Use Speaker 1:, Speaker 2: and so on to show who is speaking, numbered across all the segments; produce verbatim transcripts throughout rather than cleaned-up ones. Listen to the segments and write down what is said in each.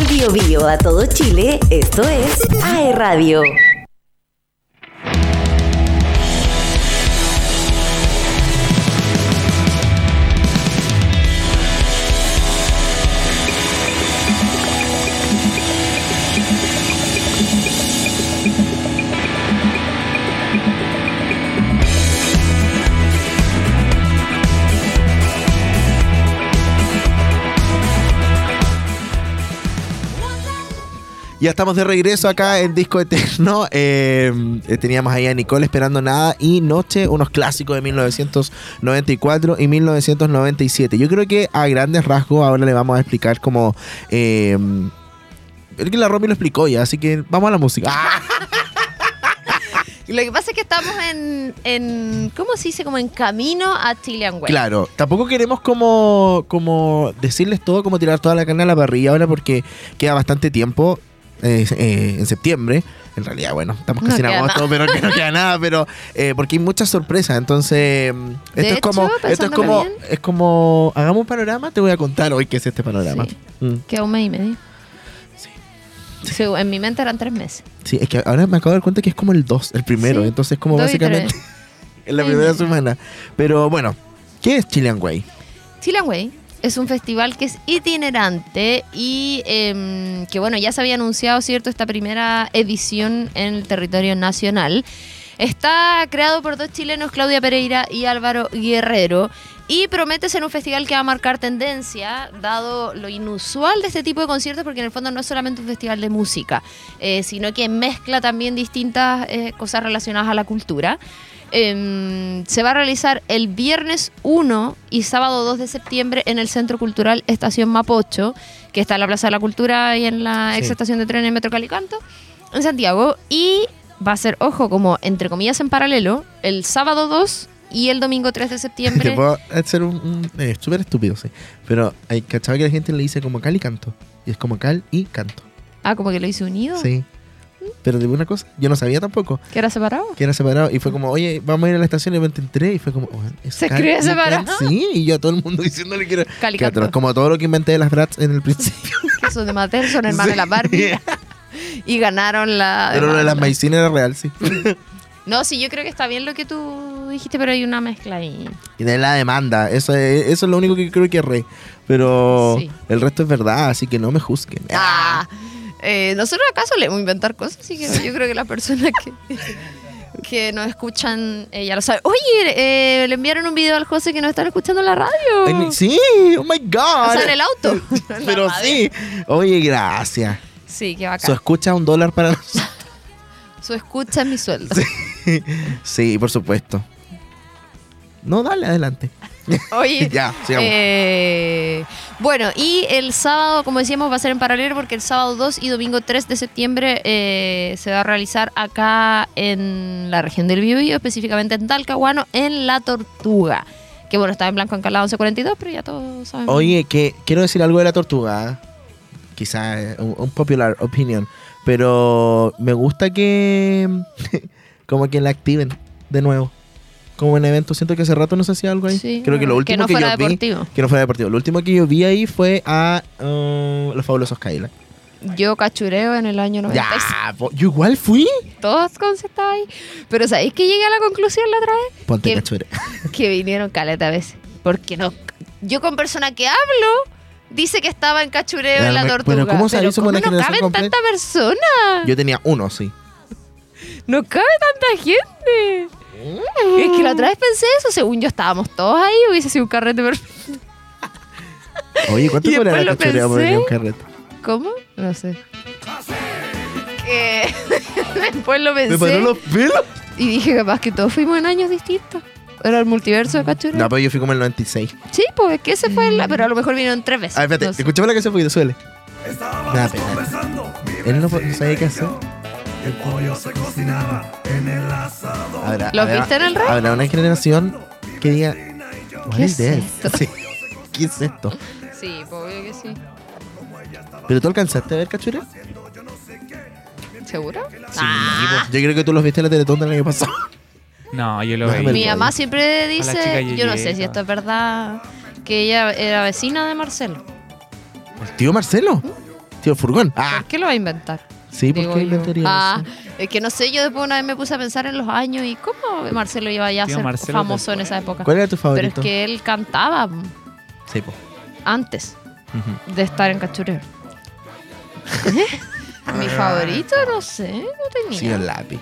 Speaker 1: Del Biobío a todo Chile, esto es A E Radio.
Speaker 2: Ya estamos de regreso acá en Disco Eterno. Eh, teníamos ahí a Nicole Esperando Nada y Noche, unos clásicos de mil novecientos noventa y cuatro y mil novecientos noventa y siete. Yo creo que a grandes rasgos ahora le vamos a explicar como... Eh, el que la Romy lo explicó ya, así que vamos a la música. ¡Ah!
Speaker 3: Lo que pasa es que estamos en, en ¿cómo se dice? Como en camino a Chilean Way.
Speaker 2: Claro, tampoco queremos como, como decirles todo, como tirar toda la carne a la parrilla ahora porque queda bastante tiempo. Eh, eh, en septiembre, en realidad, bueno, estamos casi
Speaker 3: no
Speaker 2: en agosto, pero que no queda nada, pero eh, porque hay muchas sorpresas, entonces esto
Speaker 3: de
Speaker 2: es
Speaker 3: hecho,
Speaker 2: como, esto es como,
Speaker 3: bien.
Speaker 2: es como, hagamos un panorama, te voy a contar hoy qué es este panorama.
Speaker 3: Sí.
Speaker 2: Mm.
Speaker 3: Queda un mes y medio.
Speaker 2: Sí.
Speaker 3: Sí, en mi mente eran tres meses.
Speaker 2: Sí, es que ahora me acabo de dar cuenta que es como el dos, el primero,
Speaker 3: Sí,
Speaker 2: entonces como
Speaker 3: dos y
Speaker 2: básicamente en la
Speaker 3: Sí,
Speaker 2: primera
Speaker 3: sí.
Speaker 2: semana. Pero bueno, ¿qué es Chilean Way?
Speaker 3: Chilean Way es un festival que es itinerante y eh, que, bueno, ya se había anunciado, ¿cierto?, esta primera edición en el territorio nacional. Está creado por dos chilenos, Claudia Pereira y Álvaro Guerrero, y promete ser un festival que va a marcar tendencia, dado lo inusual de este tipo de conciertos, porque en el fondo no es solamente un festival de música, eh, sino que mezcla también distintas eh, cosas relacionadas a la cultura. Eh, se va a realizar el viernes uno y sábado dos de septiembre en el Centro Cultural Estación Mapocho, que está en la Plaza de la Cultura y en la
Speaker 2: Sí.
Speaker 3: ex estación de tren en Metro Calicanto, en Santiago. Y va a ser, ojo, como entre comillas en paralelo, el sábado dos y el domingo tres de
Speaker 2: Te
Speaker 3: septiembre.
Speaker 2: puedo hacer un, un eh, súper estúpido, sí, pero hay cachado que la gente le dice como cal y canto, y es como cal y canto.
Speaker 3: Ah, como que lo hice unido.
Speaker 2: Sí. Pero de una cosa, yo no sabía tampoco
Speaker 3: ¿Que era separado?
Speaker 2: que era separado. Y fue como, oye, vamos a ir a la estación. Y me entré y fue como, oh, ¿es
Speaker 3: ¿Se
Speaker 2: cal
Speaker 3: escribe
Speaker 2: y
Speaker 3: separado?
Speaker 2: can? Sí, y yo a todo el mundo diciéndole que era
Speaker 3: Cal y
Speaker 2: que
Speaker 3: canto.
Speaker 2: atroz, como todo lo que inventé de las Bratz en el principio.
Speaker 3: Que son de Mattel, son hermanos de la Barbie. Y ganaron la...
Speaker 2: Pero lo de las
Speaker 3: demanda.
Speaker 2: maicinas era real, sí.
Speaker 3: No, sí, yo creo que está bien lo que tú dijiste, pero hay una mezcla ahí.
Speaker 2: Y de la demanda, eso es, eso es lo único que creo que erré. Pero
Speaker 3: Sí.
Speaker 2: el resto es verdad, así que no me juzguen.
Speaker 3: Ah, eh, nosotros acá solemos inventar cosas, así que yo creo que las personas que, que nos escuchan eh, ya lo saben. Oye, eh, le enviaron un video al José que nos están escuchando en la radio.
Speaker 2: En- sí, oh my God.
Speaker 3: O sea, en el auto. En la
Speaker 2: Pero
Speaker 3: radio.
Speaker 2: sí, oye, gracias.
Speaker 3: Sí, qué
Speaker 2: Su
Speaker 3: bacán.
Speaker 2: escucha un dólar para nosotros.
Speaker 3: Su escucha es mi sueldo.
Speaker 2: Sí, por supuesto. No, dale, adelante.
Speaker 3: Oye,
Speaker 2: Ya, sigamos.
Speaker 3: eh, bueno, y el sábado, como decíamos, va a ser en paralelo porque el sábado dos y domingo tres de septiembre eh, se va a realizar acá en la región del Biobío, específicamente en Talcahuano, en La Tortuga. Que bueno, está en Blanco Encalada once cuarenta y dos, pero ya todos sabemos.
Speaker 2: Oye, que quiero decir algo de la tortuga. Quizás un, un popular opinion. Pero me gusta que como que la activen de nuevo. Como en evento, siento que hace rato no se hacía algo ahí.
Speaker 3: Sí,
Speaker 2: Creo que lo
Speaker 3: que
Speaker 2: último
Speaker 3: no
Speaker 2: que,
Speaker 3: fuera
Speaker 2: yo vi,
Speaker 3: deportivo.
Speaker 2: que no fuera deportivo. Lo último que yo vi ahí fue a uh, Los Fabulosos Cadillac.
Speaker 3: Yo cachureo en el año noventa y seis.
Speaker 2: Ya, po- yo igual fui.
Speaker 3: Todos con estaba ahí. Pero ¿sabéis que llegué a la conclusión la otra vez?
Speaker 2: Ponte
Speaker 3: Que-
Speaker 2: cachure.
Speaker 3: Que vinieron caleta a veces. Porque no. Yo con persona que hablo dice que estaba en cachureo
Speaker 2: Ya,
Speaker 3: en la
Speaker 2: me-
Speaker 3: tortuga.
Speaker 2: bueno, ¿cómo sabéis?
Speaker 3: pero
Speaker 2: Somos
Speaker 3: ¿cómo
Speaker 2: una
Speaker 3: no
Speaker 2: generación
Speaker 3: caben
Speaker 2: completa.
Speaker 3: tanta persona?
Speaker 2: Yo tenía uno, sí.
Speaker 3: No cabe tanta gente. Es que la otra vez pensé eso. Según yo estábamos todos ahí, hubiese sido un carrete perfecto.
Speaker 2: Oye, ¿cuánto
Speaker 3: Y
Speaker 2: cobra
Speaker 3: después
Speaker 2: la
Speaker 3: lo
Speaker 2: cachureo por
Speaker 3: pensé.
Speaker 2: venir a un carrete?
Speaker 3: ¿Cómo? No sé. Que después lo
Speaker 2: ¿Me
Speaker 3: pensé
Speaker 2: paró los pelos?
Speaker 3: y dije capaz que todos fuimos en años distintos. Era el multiverso de cachureo.
Speaker 2: No, pero yo fui como en el noventa y seis.
Speaker 3: Sí, pues que ese fue el... Pero a lo mejor vinieron tres veces.
Speaker 2: A ver, espérate,
Speaker 3: No sé.
Speaker 2: escuchame la canción porque te suele. Nada, pena. Él no, no sabía qué hacer.
Speaker 4: El pollo se cocinaba en el asador.
Speaker 2: Habrá,
Speaker 3: ¿Los
Speaker 2: habrá-
Speaker 3: viste en el rap?
Speaker 2: Habrá una generación que diga, what
Speaker 3: ¿Qué
Speaker 2: is
Speaker 3: es
Speaker 2: this?
Speaker 3: esto?
Speaker 2: Sí. ¿Qué es esto?
Speaker 3: Sí, pues obvio que sí.
Speaker 2: ¿Pero tú alcanzaste a ver cachureo?
Speaker 3: ¿Seguro?
Speaker 2: Sí, pues, yo creo que tú los viste en la Teletón del año pasado.
Speaker 5: No, yo lo
Speaker 2: Déjame
Speaker 5: veía.
Speaker 2: ver.
Speaker 3: Mi mamá siempre
Speaker 5: A la chica
Speaker 3: dice,
Speaker 5: Yeye,
Speaker 3: yo no sé si
Speaker 5: todo.
Speaker 3: esto es verdad, que ella era vecina de Marcelo.
Speaker 2: ¿El tío Marcelo? Tío Furgón. Ah,
Speaker 3: ¿Por qué lo va a inventar?
Speaker 2: sí, ¿por
Speaker 3: Digo
Speaker 2: qué
Speaker 3: yo.
Speaker 2: inventaría
Speaker 3: Ah,
Speaker 2: eso?
Speaker 3: es que no sé, yo después una vez me puse a pensar en los años y cómo Marcelo iba ya a
Speaker 5: Tío
Speaker 3: ser
Speaker 5: Marcelo
Speaker 3: famoso en
Speaker 5: después.
Speaker 3: esa época.
Speaker 2: ¿Cuál era tu
Speaker 3: Pero
Speaker 2: favorito?
Speaker 3: es que él cantaba mm,
Speaker 2: Sí, po.
Speaker 3: antes
Speaker 2: Ujú.
Speaker 3: de estar en Cachureo. Mi favorito, no sé, no tenía.
Speaker 2: Sí, el lápiz.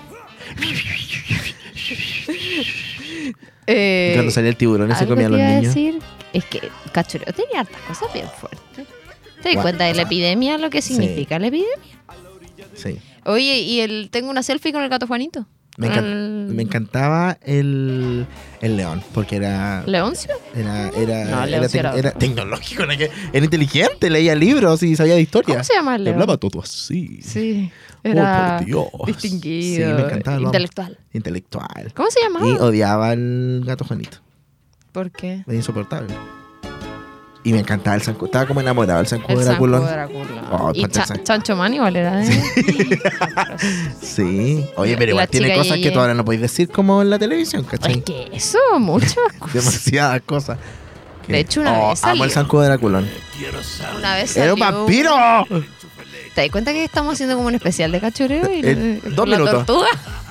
Speaker 3: Eh,
Speaker 2: Cuando salía el tiburón, ese
Speaker 3: algo
Speaker 2: comía a
Speaker 3: te
Speaker 2: los
Speaker 3: iba a
Speaker 2: niños.
Speaker 3: decir es que Cachureo tenía hartas cosas bien fuertes. ¿Te das
Speaker 2: Bueno,
Speaker 3: cuenta de
Speaker 2: o
Speaker 3: la
Speaker 2: sea,
Speaker 3: epidemia, lo que significa la epidemia?
Speaker 2: Sí.
Speaker 3: Oye, y el tengo una selfie con el gato Juanito.
Speaker 2: Me,
Speaker 3: Con
Speaker 2: encan-
Speaker 3: el-
Speaker 2: me encantaba el, el león, porque era...
Speaker 3: ¿Leoncio?
Speaker 2: Era, era,
Speaker 3: No,
Speaker 2: era,
Speaker 3: León sí
Speaker 2: tec-
Speaker 3: era
Speaker 2: era
Speaker 3: otro.
Speaker 2: tecnológico, ¿no? Que era inteligente, leía libros y sabía de historia.
Speaker 3: ¿Cómo se llama el
Speaker 2: Y
Speaker 3: león?
Speaker 2: hablaba todo así.
Speaker 3: Sí,
Speaker 2: Oh,
Speaker 3: era
Speaker 2: por Dios.
Speaker 3: distinguido,
Speaker 2: Sí, me encantaba. lo amo.
Speaker 3: intelectual.
Speaker 2: Intelectual.
Speaker 3: ¿Cómo se llamaba?
Speaker 2: Y odiaba al gato Juanito.
Speaker 3: ¿Por qué?
Speaker 2: Era insoportable. Y me encantaba el zancudo. Estaba como enamorado del zancudo
Speaker 3: El
Speaker 2: de Draculón.
Speaker 3: Zancudo Drácula.
Speaker 2: Oh,
Speaker 3: y
Speaker 2: cuánta
Speaker 3: Cha-
Speaker 2: sangre.
Speaker 3: Chancho Man igual era de...
Speaker 2: Sí. Oye, pero
Speaker 3: La
Speaker 2: igual tiene
Speaker 3: chica
Speaker 2: cosas
Speaker 3: Yeye.
Speaker 2: que tú ahora no podéis decir como en la televisión, ¿cachai?
Speaker 3: Es que eso, muchas cosas.
Speaker 2: Demasiadas cosas. Que-
Speaker 3: De hecho, una
Speaker 2: Oh,
Speaker 3: vez salió.
Speaker 2: amo el zancudo de Draculón.
Speaker 3: Una vez
Speaker 2: ¡Era un
Speaker 3: salió-
Speaker 2: vampiro!
Speaker 3: ¿Te das cuenta que estamos haciendo como un especial de cachureo? Y
Speaker 2: Eh,
Speaker 3: la-
Speaker 2: dos
Speaker 3: la
Speaker 2: minutos.
Speaker 3: tortuga?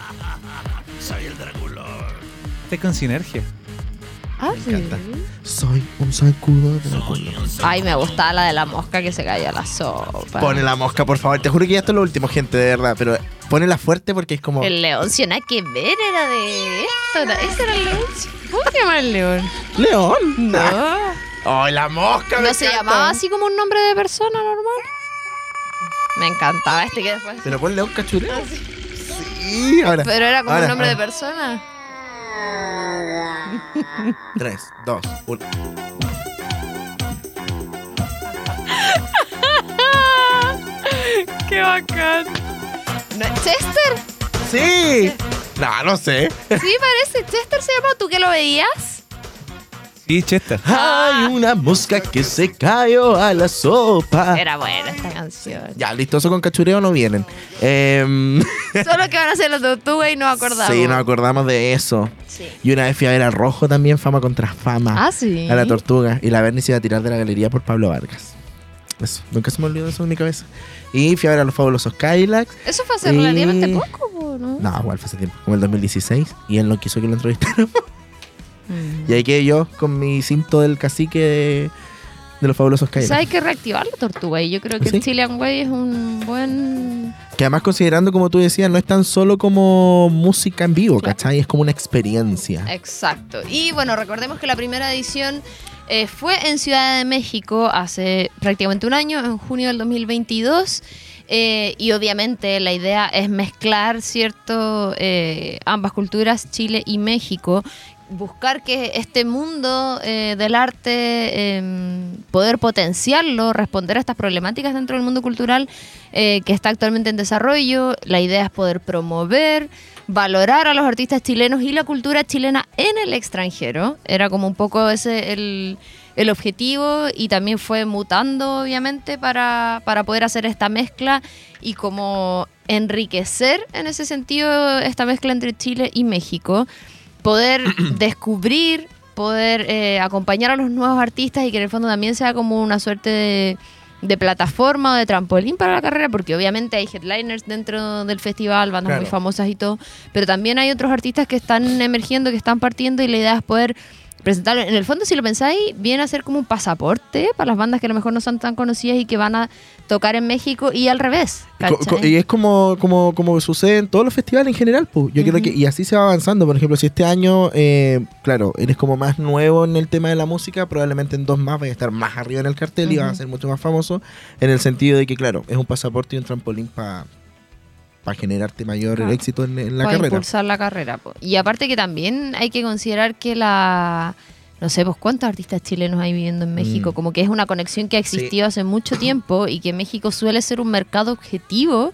Speaker 5: Esté con sinergia.
Speaker 3: Ah,
Speaker 2: Me
Speaker 3: sí.
Speaker 2: encanta. Soy un zancudo de Draculón.
Speaker 3: Ay, me gustaba la de la mosca que se caía la sopa.
Speaker 2: Pone la mosca, por favor. Te juro que ya esto es lo último, gente, de verdad. Pero ponela fuerte porque es como...
Speaker 3: El león, si nada que ver, era de esto. Era, ese era el león. ¿Cómo se llama el león?
Speaker 2: ¡León!
Speaker 3: No.
Speaker 2: ¡Ay, la mosca! me
Speaker 3: ¿No se
Speaker 2: encanta!
Speaker 3: llamaba así como un nombre de persona normal? Me encantaba este que después.
Speaker 2: Pero pon León Cachureo. Sí, ahora.
Speaker 3: Pero era como
Speaker 2: ahora,
Speaker 3: un nombre de
Speaker 2: ahora.
Speaker 3: persona.
Speaker 2: Tres, dos, uno.
Speaker 3: ¡Qué bacán! ¿No es Chester?
Speaker 2: ¡Sí! No, no sé.
Speaker 3: Sí, parece. Chester se llama. ¿Tú que lo veías?
Speaker 5: Sí, Chester.
Speaker 2: Hay una mosca que se cayó a la sopa.
Speaker 3: Era buena esta canción.
Speaker 2: Ya, listoso con cachureo no vienen. Em,
Speaker 3: Solo que van a hacer los tortugas y no acordamos.
Speaker 2: sí, nos acordamos de eso.
Speaker 3: Sí.
Speaker 2: Y una vez fui a ver al Rojo también, Fama contra Fama.
Speaker 3: Ah, sí.
Speaker 2: A la tortuga. Y la Bernie se iba a tirar de la galería por Pablo Vargas. Eso, nunca se me olvidó eso en mi cabeza. Y fui a ver a los fabulosos Cadillacs.
Speaker 3: Eso fue hace
Speaker 2: Y-
Speaker 3: relativamente poco, po, ¿no?
Speaker 2: No, igual fue hace tiempo, como el dos mil dieciséis. Y él no quiso que lo entrevistara.
Speaker 3: Mm.
Speaker 2: Y ahí quedé yo con mi cinto del cacique de, de los fabulosos
Speaker 3: O sea, hay
Speaker 2: Cadillacs.
Speaker 3: que reactivar la tortuga y yo creo que
Speaker 2: ¿Sí?
Speaker 3: el Chilean Way es un buen...
Speaker 2: Que además considerando, como tú decías, no es tan solo como música en vivo,
Speaker 3: Claro.
Speaker 2: ¿cachai? Es como una experiencia.
Speaker 3: Exacto. Y bueno, recordemos que la primera edición eh, fue en Ciudad de México hace prácticamente un año, en junio del dos mil veintidós. Eh, y obviamente la idea es mezclar, ¿cierto? Eh, ambas culturas, Chile y México. Buscar que este mundo eh, del arte, eh, poder potenciarlo, responder a estas problemáticas dentro del mundo cultural eh, que está actualmente en desarrollo. La idea es poder promover, valorar a los artistas chilenos y la cultura chilena en el extranjero. Era como un poco ese el, el objetivo y también fue mutando, obviamente, para, para poder hacer esta mezcla y como enriquecer en ese sentido esta mezcla entre Chile y México. Poder descubrir, poder eh, acompañar a los nuevos artistas y que en el fondo también sea como una suerte de, de plataforma o de trampolín para la carrera, porque obviamente hay headliners dentro del festival, bandas
Speaker 2: Claro.
Speaker 3: muy famosas y todo, pero también hay otros artistas que están emergiendo, que están partiendo y la idea es poder presentarlo. En el fondo, si lo pensáis, viene a ser como un pasaporte para las bandas que a lo mejor no son tan conocidas y que van a tocar en México y al revés.
Speaker 2: Co- co-
Speaker 3: ¿cachai?
Speaker 2: y es como, como, como sucede en todos los festivales en general, pues. Yo creo
Speaker 3: Ujú.
Speaker 2: que, y así se va avanzando. Por ejemplo, si este año, eh, claro, eres como más nuevo en el tema de la música, probablemente en dos más vaya a estar más arriba en el cartel y vas a
Speaker 3: Ujú.
Speaker 2: ser mucho más famoso. En el sentido de que, claro, es un pasaporte y un trampolín para generarte mayor
Speaker 3: Claro.
Speaker 2: éxito en, en la
Speaker 3: para
Speaker 2: carrera.
Speaker 3: impulsar la carrera. po. Y aparte que también hay que considerar que la... No sé, pues cuántos artistas chilenos hay viviendo en México.
Speaker 2: Mm.
Speaker 3: Como que es una conexión que ha existido hace mucho tiempo y que México suele ser un mercado objetivo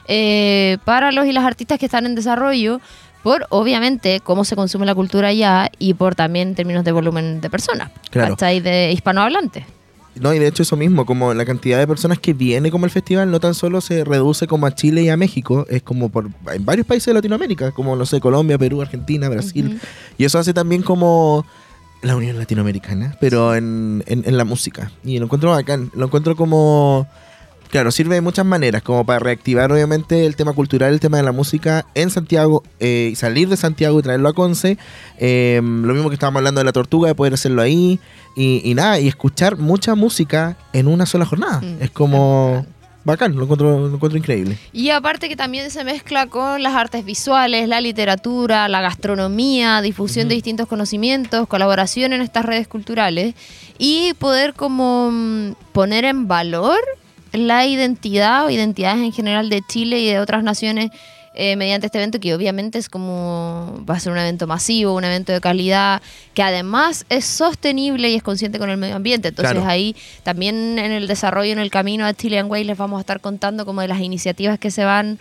Speaker 3: eh, para los y las artistas que están en desarrollo por, obviamente, cómo se consume la cultura allá y por también en términos de volumen de personas.
Speaker 2: Claro.
Speaker 3: ¿Cachai? De hispanohablantes.
Speaker 2: No, y de hecho eso mismo, como la cantidad de personas que viene como el festival no tan solo se reduce como a Chile y a México, es como por en varios países de Latinoamérica, como, no sé, Colombia, Perú, Argentina, Brasil.
Speaker 3: Ujú.
Speaker 2: Y eso hace también como la Unión Latinoamericana, pero en, en, en la música. Y lo encuentro bacán, lo encuentro como... Claro, sirve de muchas maneras, como para reactivar obviamente el tema cultural, el tema de la música en Santiago, eh, y salir de Santiago y traerlo a Conce. Eh, lo mismo que estábamos hablando de la Tortuga, de poder hacerlo ahí y, y nada, y escuchar mucha música en una sola jornada.
Speaker 3: Mm,
Speaker 2: es como bacán, lo encuentro, lo encuentro increíble.
Speaker 3: Y aparte que también se mezcla con las artes visuales, la literatura, la gastronomía, difusión uh-huh. de distintos conocimientos, colaboración en estas redes culturales y poder como mm, poner en valor la identidad o identidades en general de Chile y de otras naciones eh, mediante este evento, que obviamente es como va a ser un evento masivo, un evento de calidad, que además es sostenible y es consciente con el medio ambiente. Entonces
Speaker 2: claro.
Speaker 3: ahí también en el desarrollo, en el camino a Chilean Way les vamos a estar contando como de las iniciativas que se van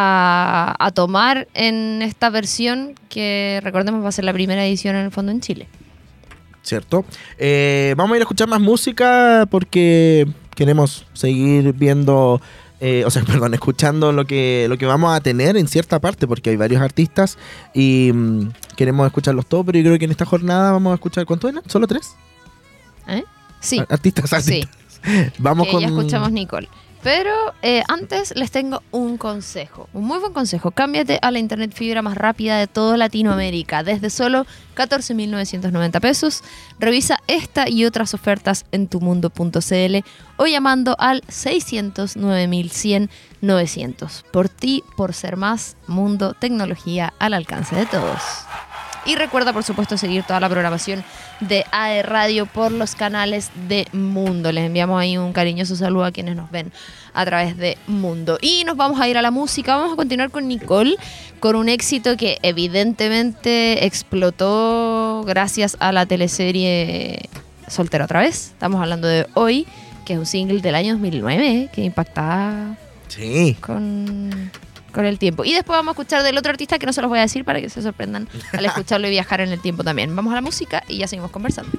Speaker 3: a, a tomar en esta versión, que recordemos va a ser la primera edición en el fondo en Chile.
Speaker 2: ¿Cierto? Eh, vamos a ir a escuchar más música porque queremos seguir viendo, eh, o sea, perdón, escuchando lo que, lo que vamos a tener en cierta parte, porque hay varios artistas y mmm, queremos escucharlos todos, pero yo creo que en esta jornada vamos a escuchar, ¿cuántos eran? ¿Solo tres?
Speaker 3: ¿Eh? Sí.
Speaker 2: Artistas, artistas.
Speaker 3: Sí.
Speaker 2: Vamos
Speaker 3: que
Speaker 2: con...
Speaker 3: ya escuchamos Nicole. Pero eh, antes les tengo un consejo, un muy buen consejo. Cámbiate a la internet fibra más rápida de toda Latinoamérica, desde solo catorce mil novecientos noventa pesos. Revisa esta y otras ofertas en tumundo punto c l o llamando al seiscientos nueve mil cien novecientos. Por ti, por ser más, Mundo, tecnología al alcance de todos. Y recuerda, por supuesto, seguir toda la programación de A E Radio por los canales de Mundo. Les enviamos ahí un cariñoso saludo a quienes nos ven a través de Mundo. Y nos vamos a ir a la música. Vamos a continuar con Nicole, con un éxito que evidentemente explotó gracias a la teleserie Soltera otra vez. Estamos hablando de Hoy, que es un single del año dos mil nueve, que impactaba
Speaker 2: sí.
Speaker 3: con... con el tiempo. Y después vamos a escuchar del otro artista que no se los voy a decir para que se sorprendan al escucharlo y viajar en el tiempo también. Vamos a la música y ya seguimos conversando.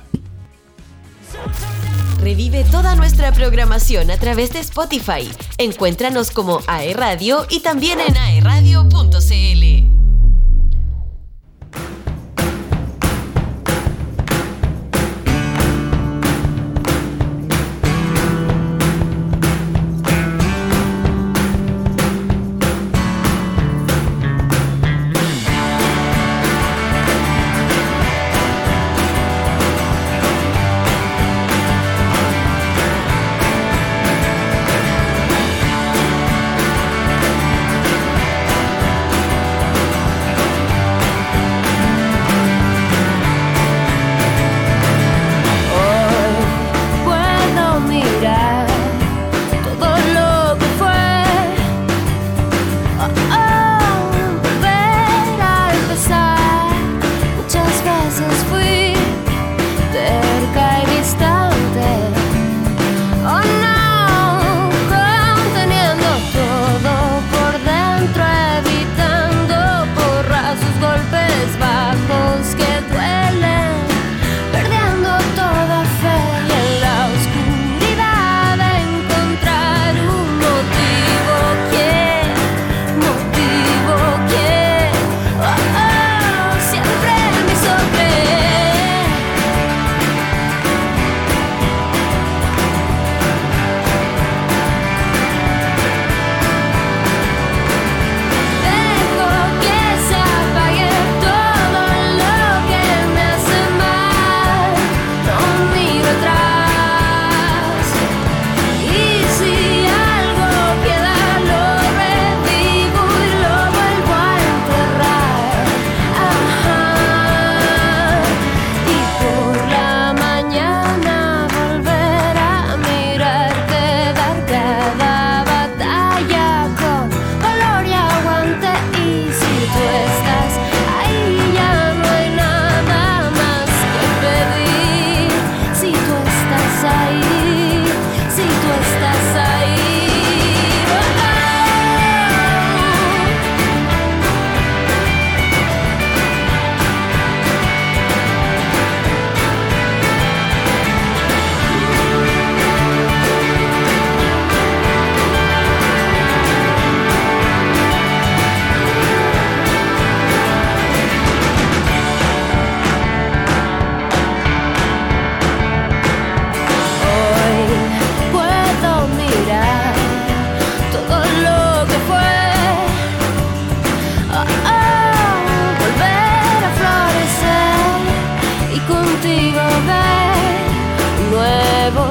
Speaker 1: Revive toda nuestra programación a través de Spotify. Encuéntranos como A E Radio y también en a e radio punto c l.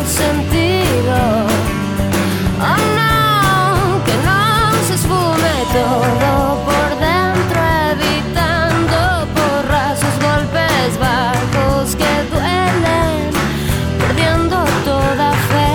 Speaker 6: sentido. Oh no, que no se esfume todo por dentro, evitando porrazos, golpes bajos que duelen, perdiendo toda fe.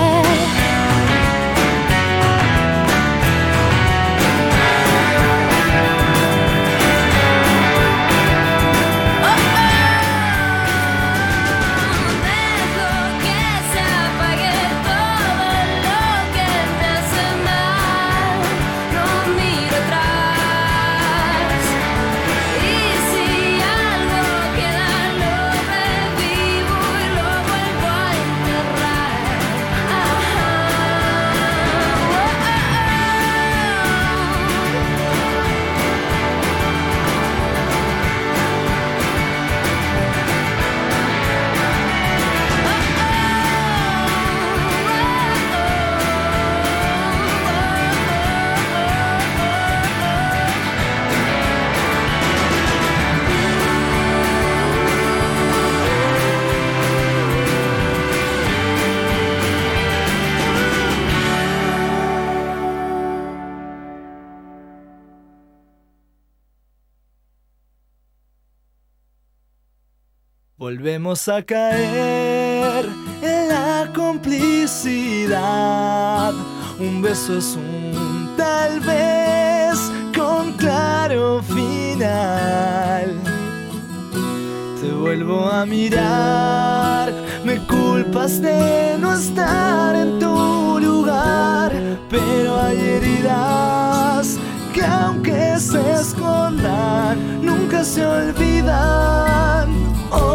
Speaker 7: Volvemos a caer en la complicidad. Un beso es un tal vez con claro final. Te vuelvo a mirar, me culpas de no estar en tu lugar, pero hay heridas que aunque se escondan, nunca se olvidan.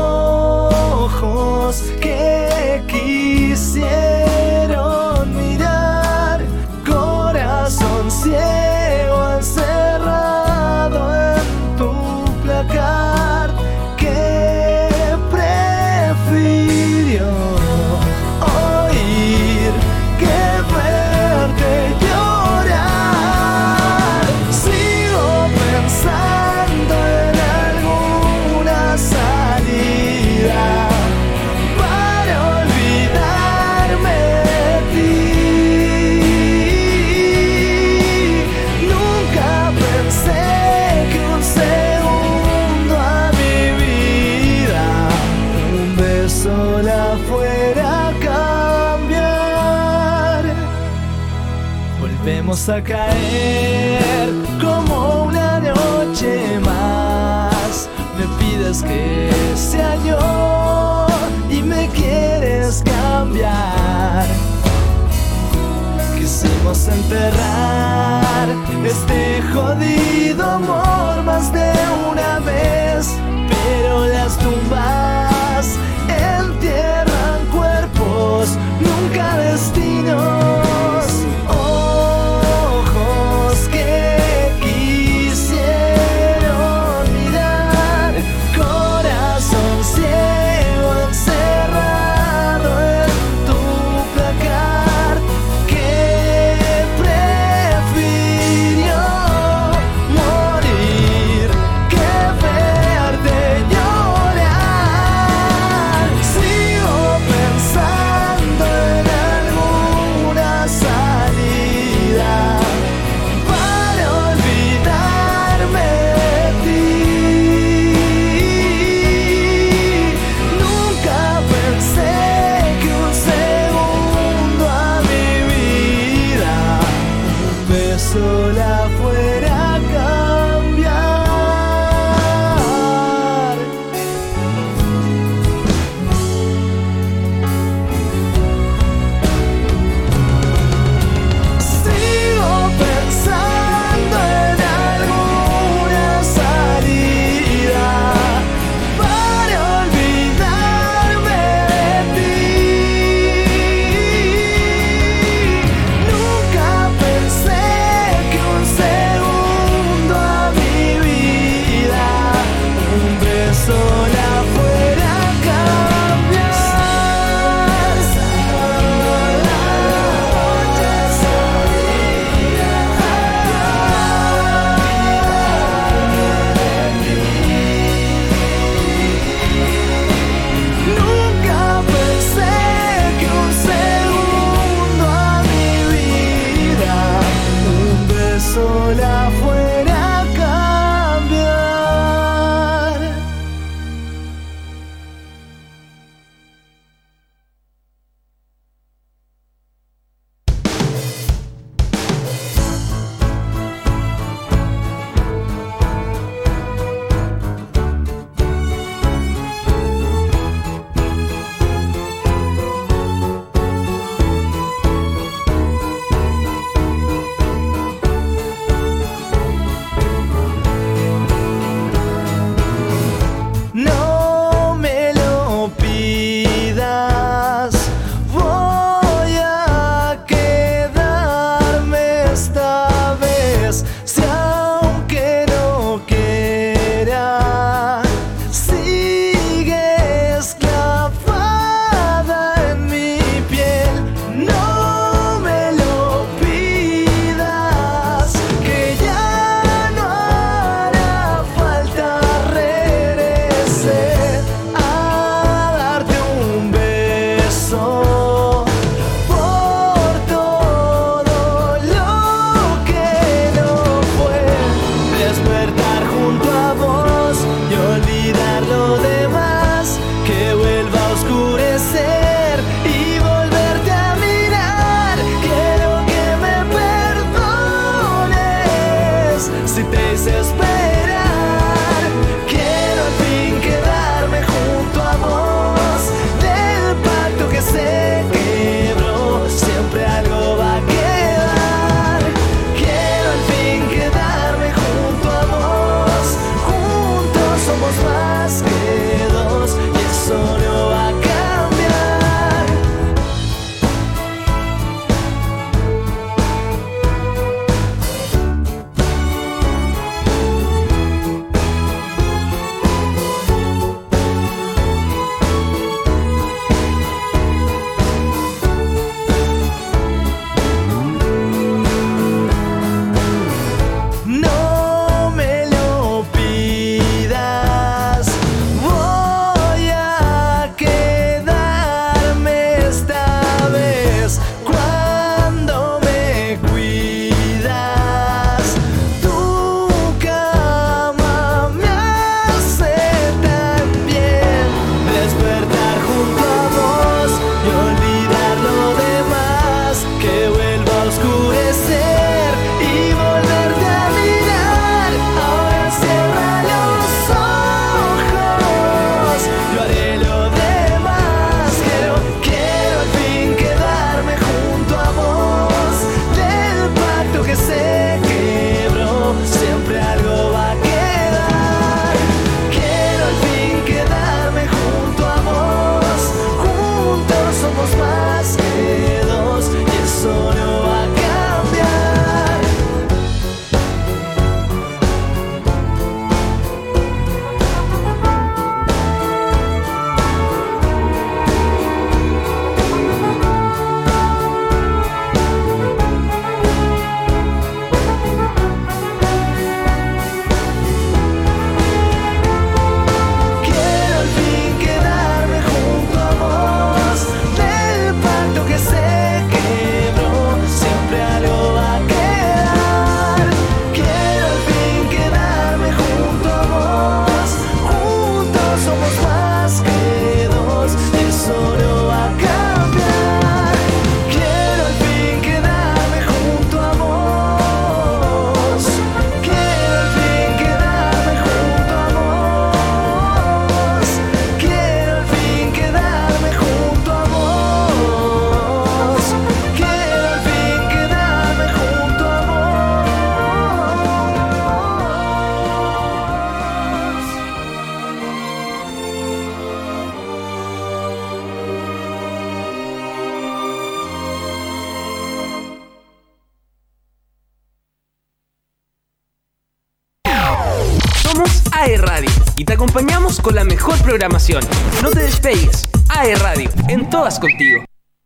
Speaker 7: Ojos que quisieron mirar, corazón ciego encerrado en tu placar, que prefirió oír que verte llorar. Sigo pensando en alguna salida para olvidarme de ti. Nunca pensé que un segundo a mi vida, un beso la fuera a cambiar. Volvemos a caer como una noche más. Me pides que sea yo y me quieres cambiar. Quisimos enterrar este jodido amor más de una vez, pero las tumbas entierran cuerpos, nunca destinos. Ojos que quisieron mirar, corazón ciego encerrado en tu placar, que prefirió morir que verte llorar.
Speaker 8: te acompañamos con la mejor programación. No te despegues. A E Radio, en todas contigo.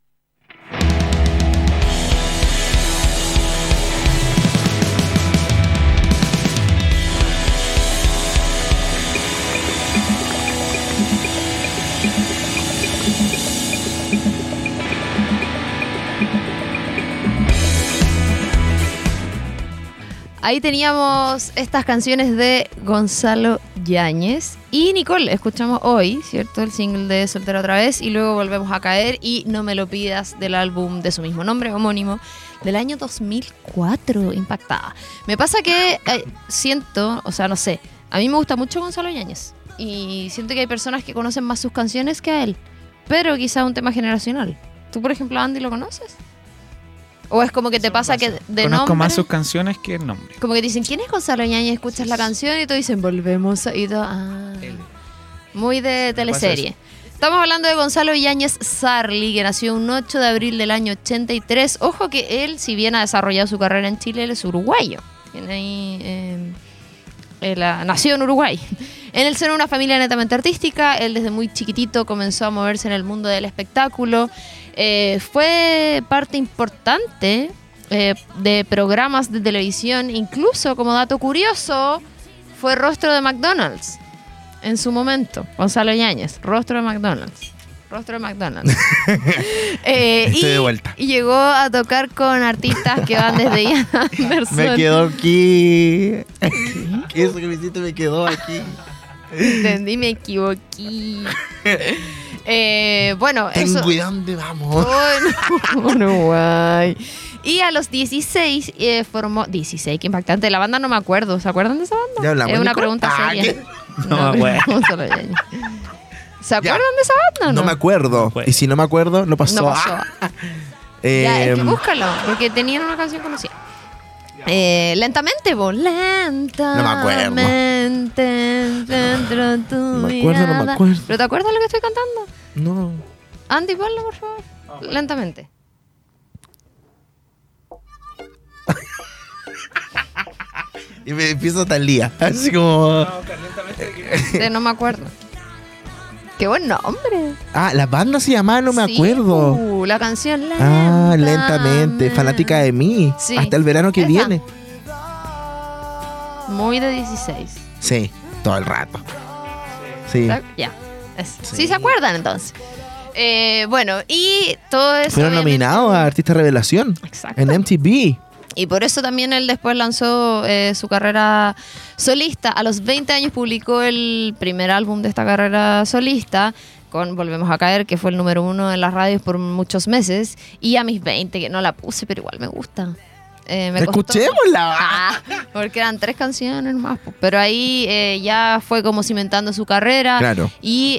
Speaker 3: Ahí teníamos estas canciones de Gonzalo Yáñez y Nicole. Escuchamos hoy, ¿cierto? El single de Soltera otra vez y luego volvemos a caer y No me lo pidas del álbum de su mismo nombre, homónimo, del año dos mil cuatro. Impactada. Me pasa que eh, siento, o sea, no sé, a mí me gusta mucho Gonzalo Yáñez y siento que hay personas que conocen más sus canciones que a él, pero quizá es un tema generacional. ¿Tú, por ejemplo, a Andy lo conoces? ¿O es como que te pasa, pasa que de
Speaker 5: Conozco
Speaker 3: nombre,
Speaker 5: más sus canciones que el nombre.
Speaker 3: como que dicen, ¿quién es Gonzalo Yáñez? Escuchas la canción y todos dicen, volvemos a... Y todo, ah, muy de teleserie. Estamos hablando de Gonzalo Yáñez Sarli, que nació un ocho de abril del año ochenta y tres. Ojo que él, si bien ha desarrollado su carrera en Chile, él es uruguayo. Tiene ahí... Eh, él, ah, nació en Uruguay. En el seno de una familia netamente artística, él desde muy chiquitito comenzó a moverse en el mundo del espectáculo. Eh, fue parte importante eh, de programas de televisión, incluso como dato curioso, fue rostro de McDonald's en su momento. Gonzalo Yáñez, rostro de McDonald's. Rostro de McDonald's. eh,
Speaker 2: Estoy
Speaker 3: y,
Speaker 2: de vuelta.
Speaker 3: y llegó a tocar con artistas que van desde Ian Anderson.
Speaker 2: Me quedó aquí. Eso que me hiciste me quedó aquí.
Speaker 3: Entendí, me equivoqué. Eh, bueno,
Speaker 2: Ten
Speaker 3: eso.
Speaker 2: cuidado dónde vamos.
Speaker 3: Oh, no, Uruguay. Y a los dieciséis eh, formó. dieciséis, qué impactante. La banda no me acuerdo. ¿Se acuerdan de esa banda?
Speaker 2: ¿Ya hablamos,
Speaker 3: Es una
Speaker 2: Nico?
Speaker 3: pregunta
Speaker 2: Ah,
Speaker 3: seria.
Speaker 2: ¿qué?
Speaker 5: No me acuerdo.
Speaker 3: Gonzalo Yáñez. ¿Se acuerdan de esa banda o no?
Speaker 2: No me acuerdo.
Speaker 5: acuerdo.
Speaker 2: Y si no me acuerdo, no pasó.
Speaker 3: No pasó.
Speaker 2: Ah.
Speaker 3: Ya, es que
Speaker 2: Em,
Speaker 3: búscalo, porque tenían una canción conocida. Eh, lentamente, vos. Lentamente. Dentro de tu
Speaker 2: No me acuerdo, no me
Speaker 3: mirada.
Speaker 2: acuerdo.
Speaker 3: ¿Pero te acuerdas lo que estoy cantando?
Speaker 2: no.
Speaker 3: Andy, ponlo, por favor. Lentamente.
Speaker 2: Y me empiezo tal día. Así como.
Speaker 3: De no me acuerdo. Qué buen nombre.
Speaker 2: Ah, la banda se llamaba No me
Speaker 3: Sí,
Speaker 2: acuerdo.
Speaker 3: uh, la canción lentamente.
Speaker 2: Ah, lentamente. Fanática de mí.
Speaker 3: Sí.
Speaker 2: Hasta el verano que
Speaker 3: Esa.
Speaker 2: viene.
Speaker 3: Muy de dieciséis.
Speaker 2: Sí, todo el rato. Sí.
Speaker 3: Ya. es.
Speaker 2: Sí.
Speaker 3: Sí. se acuerdan entonces. Eh, bueno, y todo eso.
Speaker 2: Fueron
Speaker 3: obviamente-
Speaker 2: nominados a Artista Revelación
Speaker 3: Exacto.
Speaker 2: en M T V.
Speaker 3: Y por eso también él después lanzó eh, su carrera solista. A los veinte años publicó el primer álbum de esta carrera solista, con Volvemos a Caer, que fue el número uno en las radios por muchos meses. Y a mis veinte, que no la puse, pero igual me gusta. Eh, me costó-
Speaker 2: Escuchémosla.
Speaker 3: Ah, porque eran tres canciones más. po. Pero ahí eh, ya fue como cimentando su carrera.
Speaker 2: Claro.
Speaker 3: Y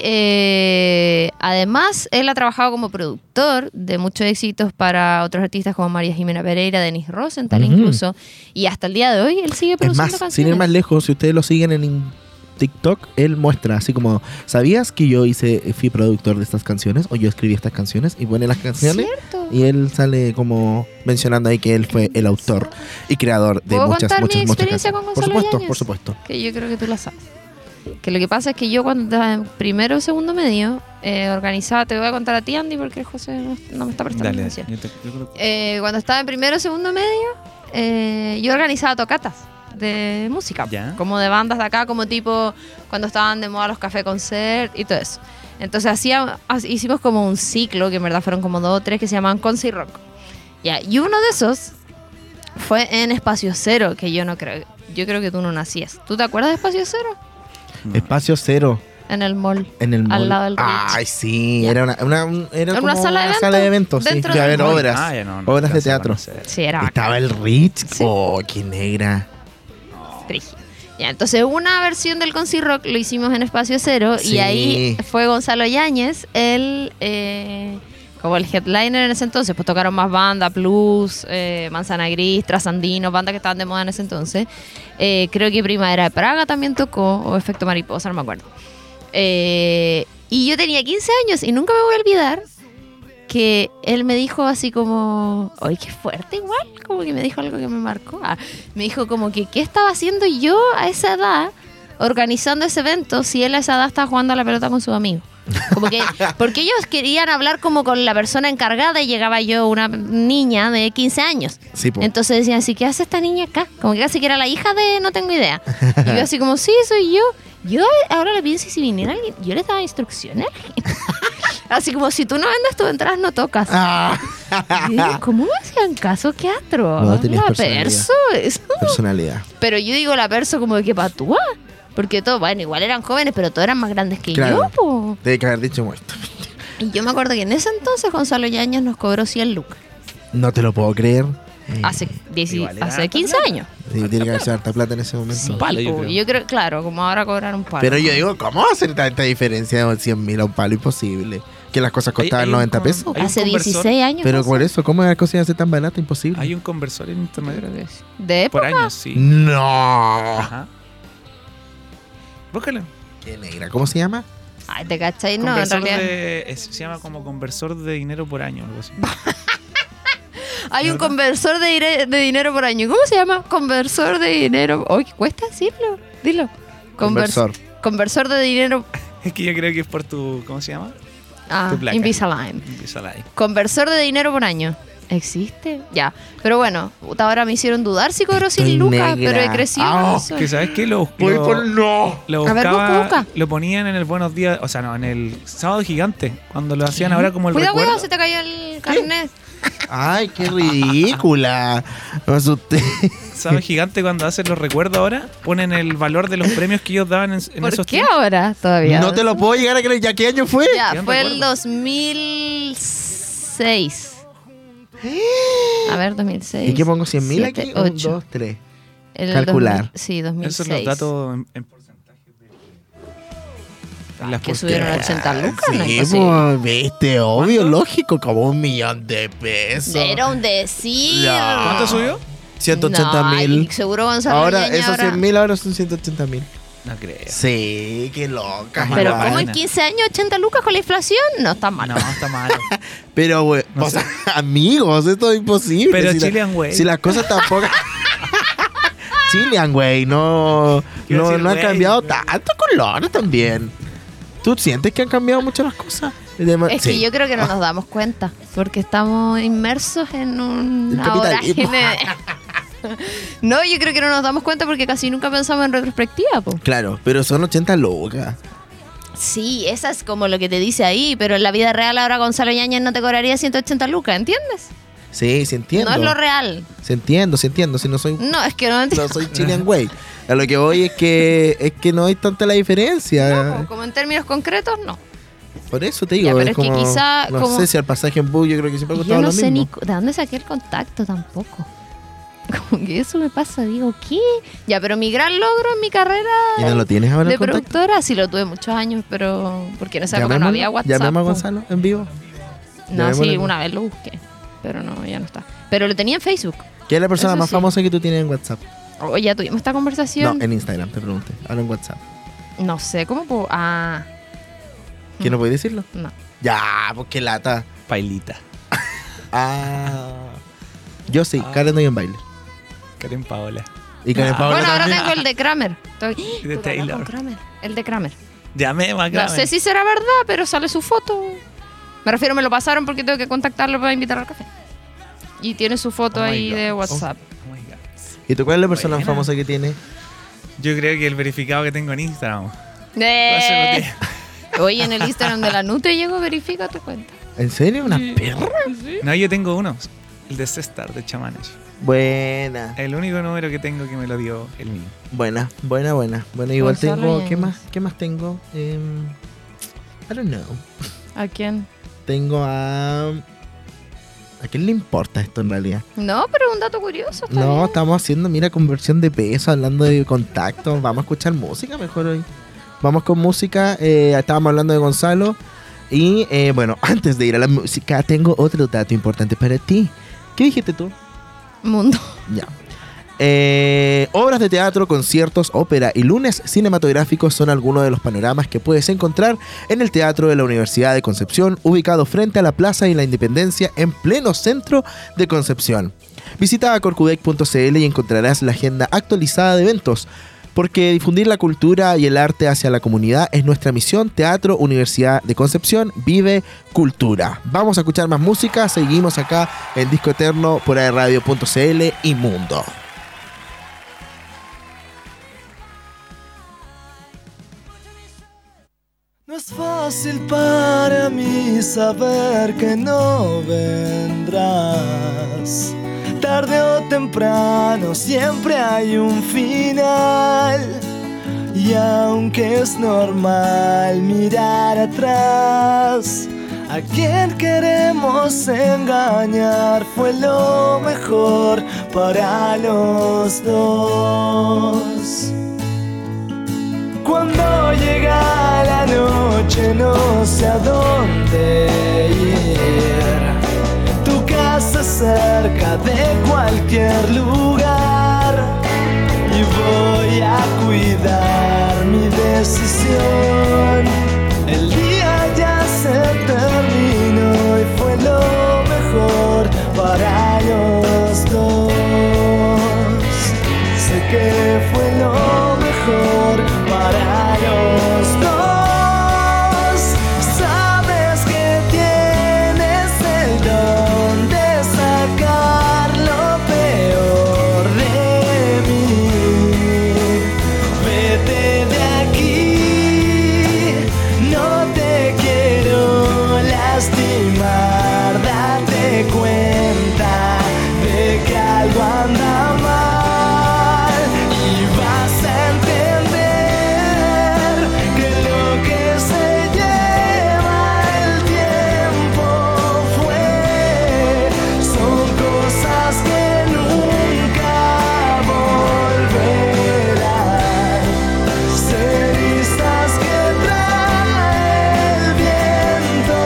Speaker 3: eh, además, él ha trabajado como productor de muchos éxitos para otros artistas como María Jimena Pereira, Denis Rosenthal
Speaker 2: Ujú.
Speaker 3: incluso. Y hasta el día de hoy él sigue
Speaker 2: Es
Speaker 3: produciendo
Speaker 2: más,
Speaker 3: canciones.
Speaker 2: sin ir más lejos, si ustedes lo siguen en in- TikTok, él muestra así como, ¿sabías que yo hice, fui productor de estas canciones? O yo escribí estas canciones y pone las canciones.
Speaker 3: ¿Cierto?
Speaker 2: Y él sale como mencionando ahí que él fue el autor y creador de
Speaker 3: ¿Puedo
Speaker 2: muchas,
Speaker 3: contar mi
Speaker 2: muchas, muchas
Speaker 3: experiencia
Speaker 2: canciones.
Speaker 3: con
Speaker 2: Por
Speaker 3: Gonzalo
Speaker 2: supuesto,
Speaker 3: Yáñez?
Speaker 2: por supuesto.
Speaker 3: Que yo creo que tú la sabes. Que lo que pasa es que yo cuando estaba en primero o segundo medio eh, organizaba, te voy a contar a ti, Andy, porque José no, no me está prestando
Speaker 5: Dale,
Speaker 3: atención.
Speaker 5: yo te- yo creo que-
Speaker 3: Eh, cuando estaba en primero o segundo medio, eh, yo organizaba tocatas de música,
Speaker 5: Ya.
Speaker 3: como de bandas de acá, como tipo cuando estaban de moda los café concert y todo eso. Entonces hacía, ha- hicimos como un ciclo, que en verdad fueron como dos o tres, que se llamaban Conci Rock. Ya, y uno de esos fue en Espacio Cero, que yo no creo, yo creo que tú no nacías. ¿Tú te acuerdas de Espacio Cero?
Speaker 2: Espacio Cero
Speaker 3: En el mall.
Speaker 2: en el
Speaker 3: Al
Speaker 2: mall.
Speaker 3: lado del Rich.
Speaker 2: Ay, sí,
Speaker 3: Ya.
Speaker 2: era una, una, un- era
Speaker 3: Era
Speaker 2: como
Speaker 3: una sala de
Speaker 2: una sala de eventos. Sí,
Speaker 3: dentro
Speaker 2: fui a
Speaker 3: del
Speaker 2: ver
Speaker 3: mall.
Speaker 2: obras.
Speaker 5: Ah, ya no, no
Speaker 2: obras de
Speaker 5: alcancé a
Speaker 2: teatro.
Speaker 5: conocer.
Speaker 3: Sí, era bacán.
Speaker 2: Estaba el Rich.
Speaker 3: Sí.
Speaker 2: Oh, qué negra.
Speaker 3: Brígido. Ya, entonces una versión del Conci Rock lo hicimos en Espacio Cero
Speaker 2: Sí.
Speaker 3: y ahí fue Gonzalo Yáñez, el eh, como el headliner en ese entonces, pues tocaron más bandas, Plus, eh, Manzana Gris, Trasandino, bandas que estaban de moda en ese entonces. Eh, creo que Primavera de Praga también tocó, o Efecto Mariposa, no me acuerdo. Eh, y yo tenía quince años y nunca me voy a olvidar que él me dijo así como, oye, qué fuerte igual, como que me dijo algo que me marcó. Ah, me dijo como que, ¿qué estaba haciendo yo a esa edad organizando ese evento si él a esa edad estaba jugando a la pelota con sus amigos? Como que, porque ellos querían hablar como con la persona encargada y llegaba yo, una niña de quince años.
Speaker 2: Sí, po.
Speaker 3: Entonces decían así, ¿qué hace esta niña acá? Como que casi que era la hija de, no tengo idea. Y yo así como, sí, soy yo. Yo ahora le pienso y si viniera alguien, yo les daba instrucciones. Así como, si tú no vendes tus entradas, no tocas.
Speaker 2: Ah.
Speaker 3: Y yo, ¿cómo me hacían caso? Qué atro.
Speaker 2: No, tenías
Speaker 3: La
Speaker 2: personalidad.
Speaker 3: perso, eso.
Speaker 2: Personalidad.
Speaker 3: Pero yo digo la perso como de que patúa. Porque todos, bueno, igual eran jóvenes, pero todos eran más grandes que
Speaker 2: Claro.
Speaker 3: yo, po.
Speaker 2: Debe que haber dicho muerto.
Speaker 3: Y yo me acuerdo que en ese entonces Gonzalo Yáñez nos cobró cien lucas.
Speaker 2: No te lo puedo creer.
Speaker 3: Hace, diez,
Speaker 5: Igual era
Speaker 3: hace
Speaker 5: harta
Speaker 3: quince
Speaker 5: plata.
Speaker 3: años.
Speaker 2: Sí, tiene que haberse harta plata en ese momento.
Speaker 3: Sí,
Speaker 5: palo, yo
Speaker 3: po.
Speaker 5: creo.
Speaker 3: Yo creo, claro, como ahora cobrar un palo.
Speaker 2: Pero yo digo, ¿cómo va a hacer tanta diferencia de cien mil a un palo? Imposible. Que las cosas costaban
Speaker 5: hay un
Speaker 2: noventa
Speaker 5: con-
Speaker 2: pesos.
Speaker 5: hay un
Speaker 3: Hace
Speaker 5: conversor-
Speaker 3: dieciséis años.
Speaker 2: Pero
Speaker 3: pasó.
Speaker 2: por eso, ¿cómo las cosas iban a ser tan baratas? Imposible.
Speaker 5: Hay un conversor en internet.
Speaker 3: Creo que sí. De
Speaker 5: Por
Speaker 3: época.
Speaker 5: años, sí.
Speaker 2: No.
Speaker 5: Ajá. Búscalo.
Speaker 2: Qué negra. ¿Cómo se llama?
Speaker 3: Ay, te cachai, no, en
Speaker 5: Conversor
Speaker 3: realidad.
Speaker 5: de, es- se llama como conversor de dinero por año, algo así.
Speaker 3: Hay un conversor de, dire- de dinero por año. ¿Cómo se llama? Conversor de dinero. Oye, ¿cuesta decirlo? Dilo. Convers-
Speaker 2: Conversor.
Speaker 3: Conversor de dinero.
Speaker 5: Es que yo creo que es por tu. ¿Cómo se llama?
Speaker 3: Ah,
Speaker 5: Tu placa.
Speaker 3: Invisalign.
Speaker 5: Invisalign.
Speaker 3: Conversor de dinero por año. ¿Existe? Ya. Pero bueno, puta, ahora me hicieron dudar si cobró
Speaker 2: Estoy
Speaker 3: cien lucas,
Speaker 2: negra.
Speaker 3: pero he crecido.
Speaker 2: Ah,
Speaker 3: con eso.
Speaker 5: Que sabes qué lo,
Speaker 2: Voy
Speaker 5: lo,
Speaker 2: por no.
Speaker 5: lo
Speaker 3: A ver,
Speaker 5: buscaba,
Speaker 3: busca, busca.
Speaker 5: lo ponían en el Buenos Días, o sea, no, en el Sábado Gigante, cuando lo hacían ahora como el
Speaker 3: Cuidado,
Speaker 5: recuerdo.
Speaker 3: cuidado, se te cayó el carnet.
Speaker 2: Ay, qué ridícula. Me asusté.
Speaker 5: Sábado Gigante cuando hacen los recuerdos ahora, ponen el valor de los premios que ellos daban en, en
Speaker 3: ¿Por
Speaker 5: esos
Speaker 3: qué
Speaker 5: tiempos.
Speaker 3: ahora todavía?
Speaker 2: No te lo puedo llegar a creer. ¿Ya qué año fue?
Speaker 3: Ya,
Speaker 5: Ya me
Speaker 3: fue el
Speaker 5: recuerdo.
Speaker 3: dos mil seis. A ver, dos mil seis.
Speaker 2: ¿Y qué pongo? ¿cien mil aquí? Un,
Speaker 3: ocho.
Speaker 2: dos, tres.
Speaker 3: El
Speaker 2: Calcular.
Speaker 3: dos mil sí, dos mil seis.
Speaker 5: Esos son los datos en, en porcentaje de... en las
Speaker 3: Que subieron a ochenta lucas, ¿no?
Speaker 2: Sí,
Speaker 3: Es
Speaker 2: pues, viste, obvio, lógico, como un millón de pesos.
Speaker 3: Era un decir.
Speaker 2: No.
Speaker 5: ¿Cuánto subió?
Speaker 2: ciento ochenta
Speaker 3: No,
Speaker 2: mil.
Speaker 3: y seguro Gonzalo
Speaker 2: Ahora,
Speaker 3: Ñaña
Speaker 2: esos
Speaker 3: ahora-
Speaker 2: cien mil ahora son ciento ochenta mil.
Speaker 5: No creo.
Speaker 2: Sí, qué loca.
Speaker 3: Pero
Speaker 5: Igual.
Speaker 3: ¿cómo en quince años ochenta lucas con la inflación? No está mal.
Speaker 5: No, está malo.
Speaker 2: Pero, güey,
Speaker 5: No
Speaker 2: o
Speaker 5: sé.
Speaker 2: sea, amigos, esto es imposible.
Speaker 5: Pero
Speaker 2: si la-
Speaker 5: Chilean Way.
Speaker 2: Si las cosas tampoco... Chilean, güey, no,
Speaker 5: Quiero
Speaker 2: no,
Speaker 5: decir,
Speaker 2: no han
Speaker 5: güey,
Speaker 2: cambiado
Speaker 5: güey.
Speaker 2: tanto color también. ¿Tú sientes que han cambiado mucho las cosas? De-
Speaker 3: Es que
Speaker 2: sí.
Speaker 3: yo creo que no nos damos cuenta, porque estamos inmersos en un
Speaker 2: El capitalismo.
Speaker 3: vorágine. No, yo creo que no nos damos cuenta porque casi nunca pensamos en retrospectiva, po.
Speaker 2: Claro, pero son ochenta lucas.
Speaker 3: Sí, esa es como lo que te dice ahí, pero en la vida real ahora Gonzalo Ñañez no te cobraría ciento ochenta lucas, ¿entiendes?
Speaker 2: Sí, sí entiendo.
Speaker 3: No es lo real.
Speaker 2: Sí entiendo, sí entiendo. Si no soy,
Speaker 3: No, es que no entiendo.
Speaker 2: no soy Chilean Way. A lo que voy es que es que no hay tanta la diferencia.
Speaker 3: No, como en términos concretos, no.
Speaker 2: Por eso te digo.
Speaker 3: Ya, pero
Speaker 2: es
Speaker 3: es que
Speaker 2: como,
Speaker 3: quizá
Speaker 2: no
Speaker 3: como-
Speaker 2: sé si al pasaje en bus yo creo que siempre ha
Speaker 3: Y
Speaker 2: costado
Speaker 3: yo no
Speaker 2: lo
Speaker 3: sé ni
Speaker 2: mismo.
Speaker 3: cu- de dónde saqué el contacto tampoco. Como que eso me pasa, digo, ¿qué? Ya, pero mi gran logro en mi carrera
Speaker 2: ¿Y no lo tienes ahora
Speaker 3: de
Speaker 2: el contacto?
Speaker 3: productora, sí lo tuve muchos años, pero porque en esa época no
Speaker 2: Llamémoslo,
Speaker 3: había WhatsApp.
Speaker 2: Llamemos a
Speaker 3: po.
Speaker 2: Gonzalo en vivo.
Speaker 3: No, sí,
Speaker 2: llamémosle.
Speaker 3: una vez lo busqué, pero no, ya no está. Pero lo tenía en Facebook.
Speaker 2: ¿Quién es la persona
Speaker 3: Eso
Speaker 2: más
Speaker 3: sí.
Speaker 2: famosa que tú tienes en WhatsApp?
Speaker 3: O ya tuvimos esta
Speaker 2: No,
Speaker 3: conversación.
Speaker 2: en Instagram, te pregunté. Ahora en WhatsApp.
Speaker 3: No sé, ¿cómo puedo? Ah,
Speaker 2: ¿Quién no puede decirlo?
Speaker 3: no.
Speaker 2: Ya, pues qué lata.
Speaker 5: Pailita.
Speaker 2: Ah. Yo sí,
Speaker 5: Ah.
Speaker 2: Karen doy en baile.
Speaker 5: Karen Paola.
Speaker 2: Y Karen
Speaker 5: Ah.
Speaker 2: Paola
Speaker 3: Bueno, ahora
Speaker 2: también.
Speaker 3: tengo el de Kramer. Estoy...
Speaker 5: Y de
Speaker 3: Puta, hablar
Speaker 5: Taylor.
Speaker 3: con Kramer. El de Kramer.
Speaker 5: Llamé más
Speaker 3: No sé si será verdad, pero sale su foto. Me refiero, me lo pasaron porque tengo que contactarlo para invitar al café. Y tiene su foto
Speaker 5: Oh my
Speaker 3: ahí
Speaker 5: God.
Speaker 3: de WhatsApp.
Speaker 5: Oh my God.
Speaker 2: ¿Y tú cuál es la persona más
Speaker 5: Buena.
Speaker 2: famosa que tiene?
Speaker 5: Yo creo que el verificado que tengo en Instagram.
Speaker 3: Eh. Oye, en el Instagram de la Nute llegó, verifica tu cuenta.
Speaker 2: ¿En serio? ¿Una perra?
Speaker 5: No, yo tengo uno. El de Cestar, de Chamanes.
Speaker 2: Buena.
Speaker 5: El único número que tengo que me lo dio el mío.
Speaker 2: Buena, buena, buena. Bueno, igual
Speaker 3: Gonzalo
Speaker 2: tengo.
Speaker 3: Yáñez.
Speaker 2: ¿Qué más? ¿Qué más tengo? Em, I don't know.
Speaker 3: ¿A quién?
Speaker 2: Tengo a. ¿A quién le importa esto en realidad?
Speaker 3: No, pero un dato curioso. Está
Speaker 2: No,
Speaker 3: bien.
Speaker 2: estamos haciendo, mira, conversión de peso, hablando de contactos. Vamos a escuchar música mejor hoy. Vamos con música. eh, estábamos hablando de Gonzalo. Y eh, bueno, antes de ir a la música, tengo otro dato importante para ti. ¿Qué dijiste tú?
Speaker 3: Mundo.
Speaker 2: Ya. Eh, obras de teatro, conciertos, ópera y lunes cinematográficos son algunos de los panoramas que puedes encontrar en el Teatro de la Universidad de Concepción, ubicado frente a la Plaza y la Independencia en pleno centro de Concepción. Visita corcudec punto c l y encontrarás la agenda actualizada de eventos, porque difundir la cultura y el arte hacia la comunidad es nuestra misión. Teatro Universidad de Concepción, vive cultura. Vamos a escuchar más música, seguimos acá en Disco Eterno por a e radio punto c l y Mundo.
Speaker 7: No es fácil para mí saber que no vendrás. Tarde o temprano siempre hay un final. Y aunque es normal mirar atrás, a quien queremos engañar fue lo mejor para los dos. Cuando llega la noche no sé a dónde ir. Tu casa cerca de cualquier lugar y voy a cuidar mi decisión. El día ya se terminó y fue lo mejor para los dos. Sé que fue lo mejor para los dos. Sabes que tienes el don de sacar lo peor de mí. Vete de aquí, no te quiero lastimar. Date cuenta de que algo anda mal y vas a entender que lo que se lleva el tiempo fue, son cosas que nunca volverán, cenizas que trae el viento.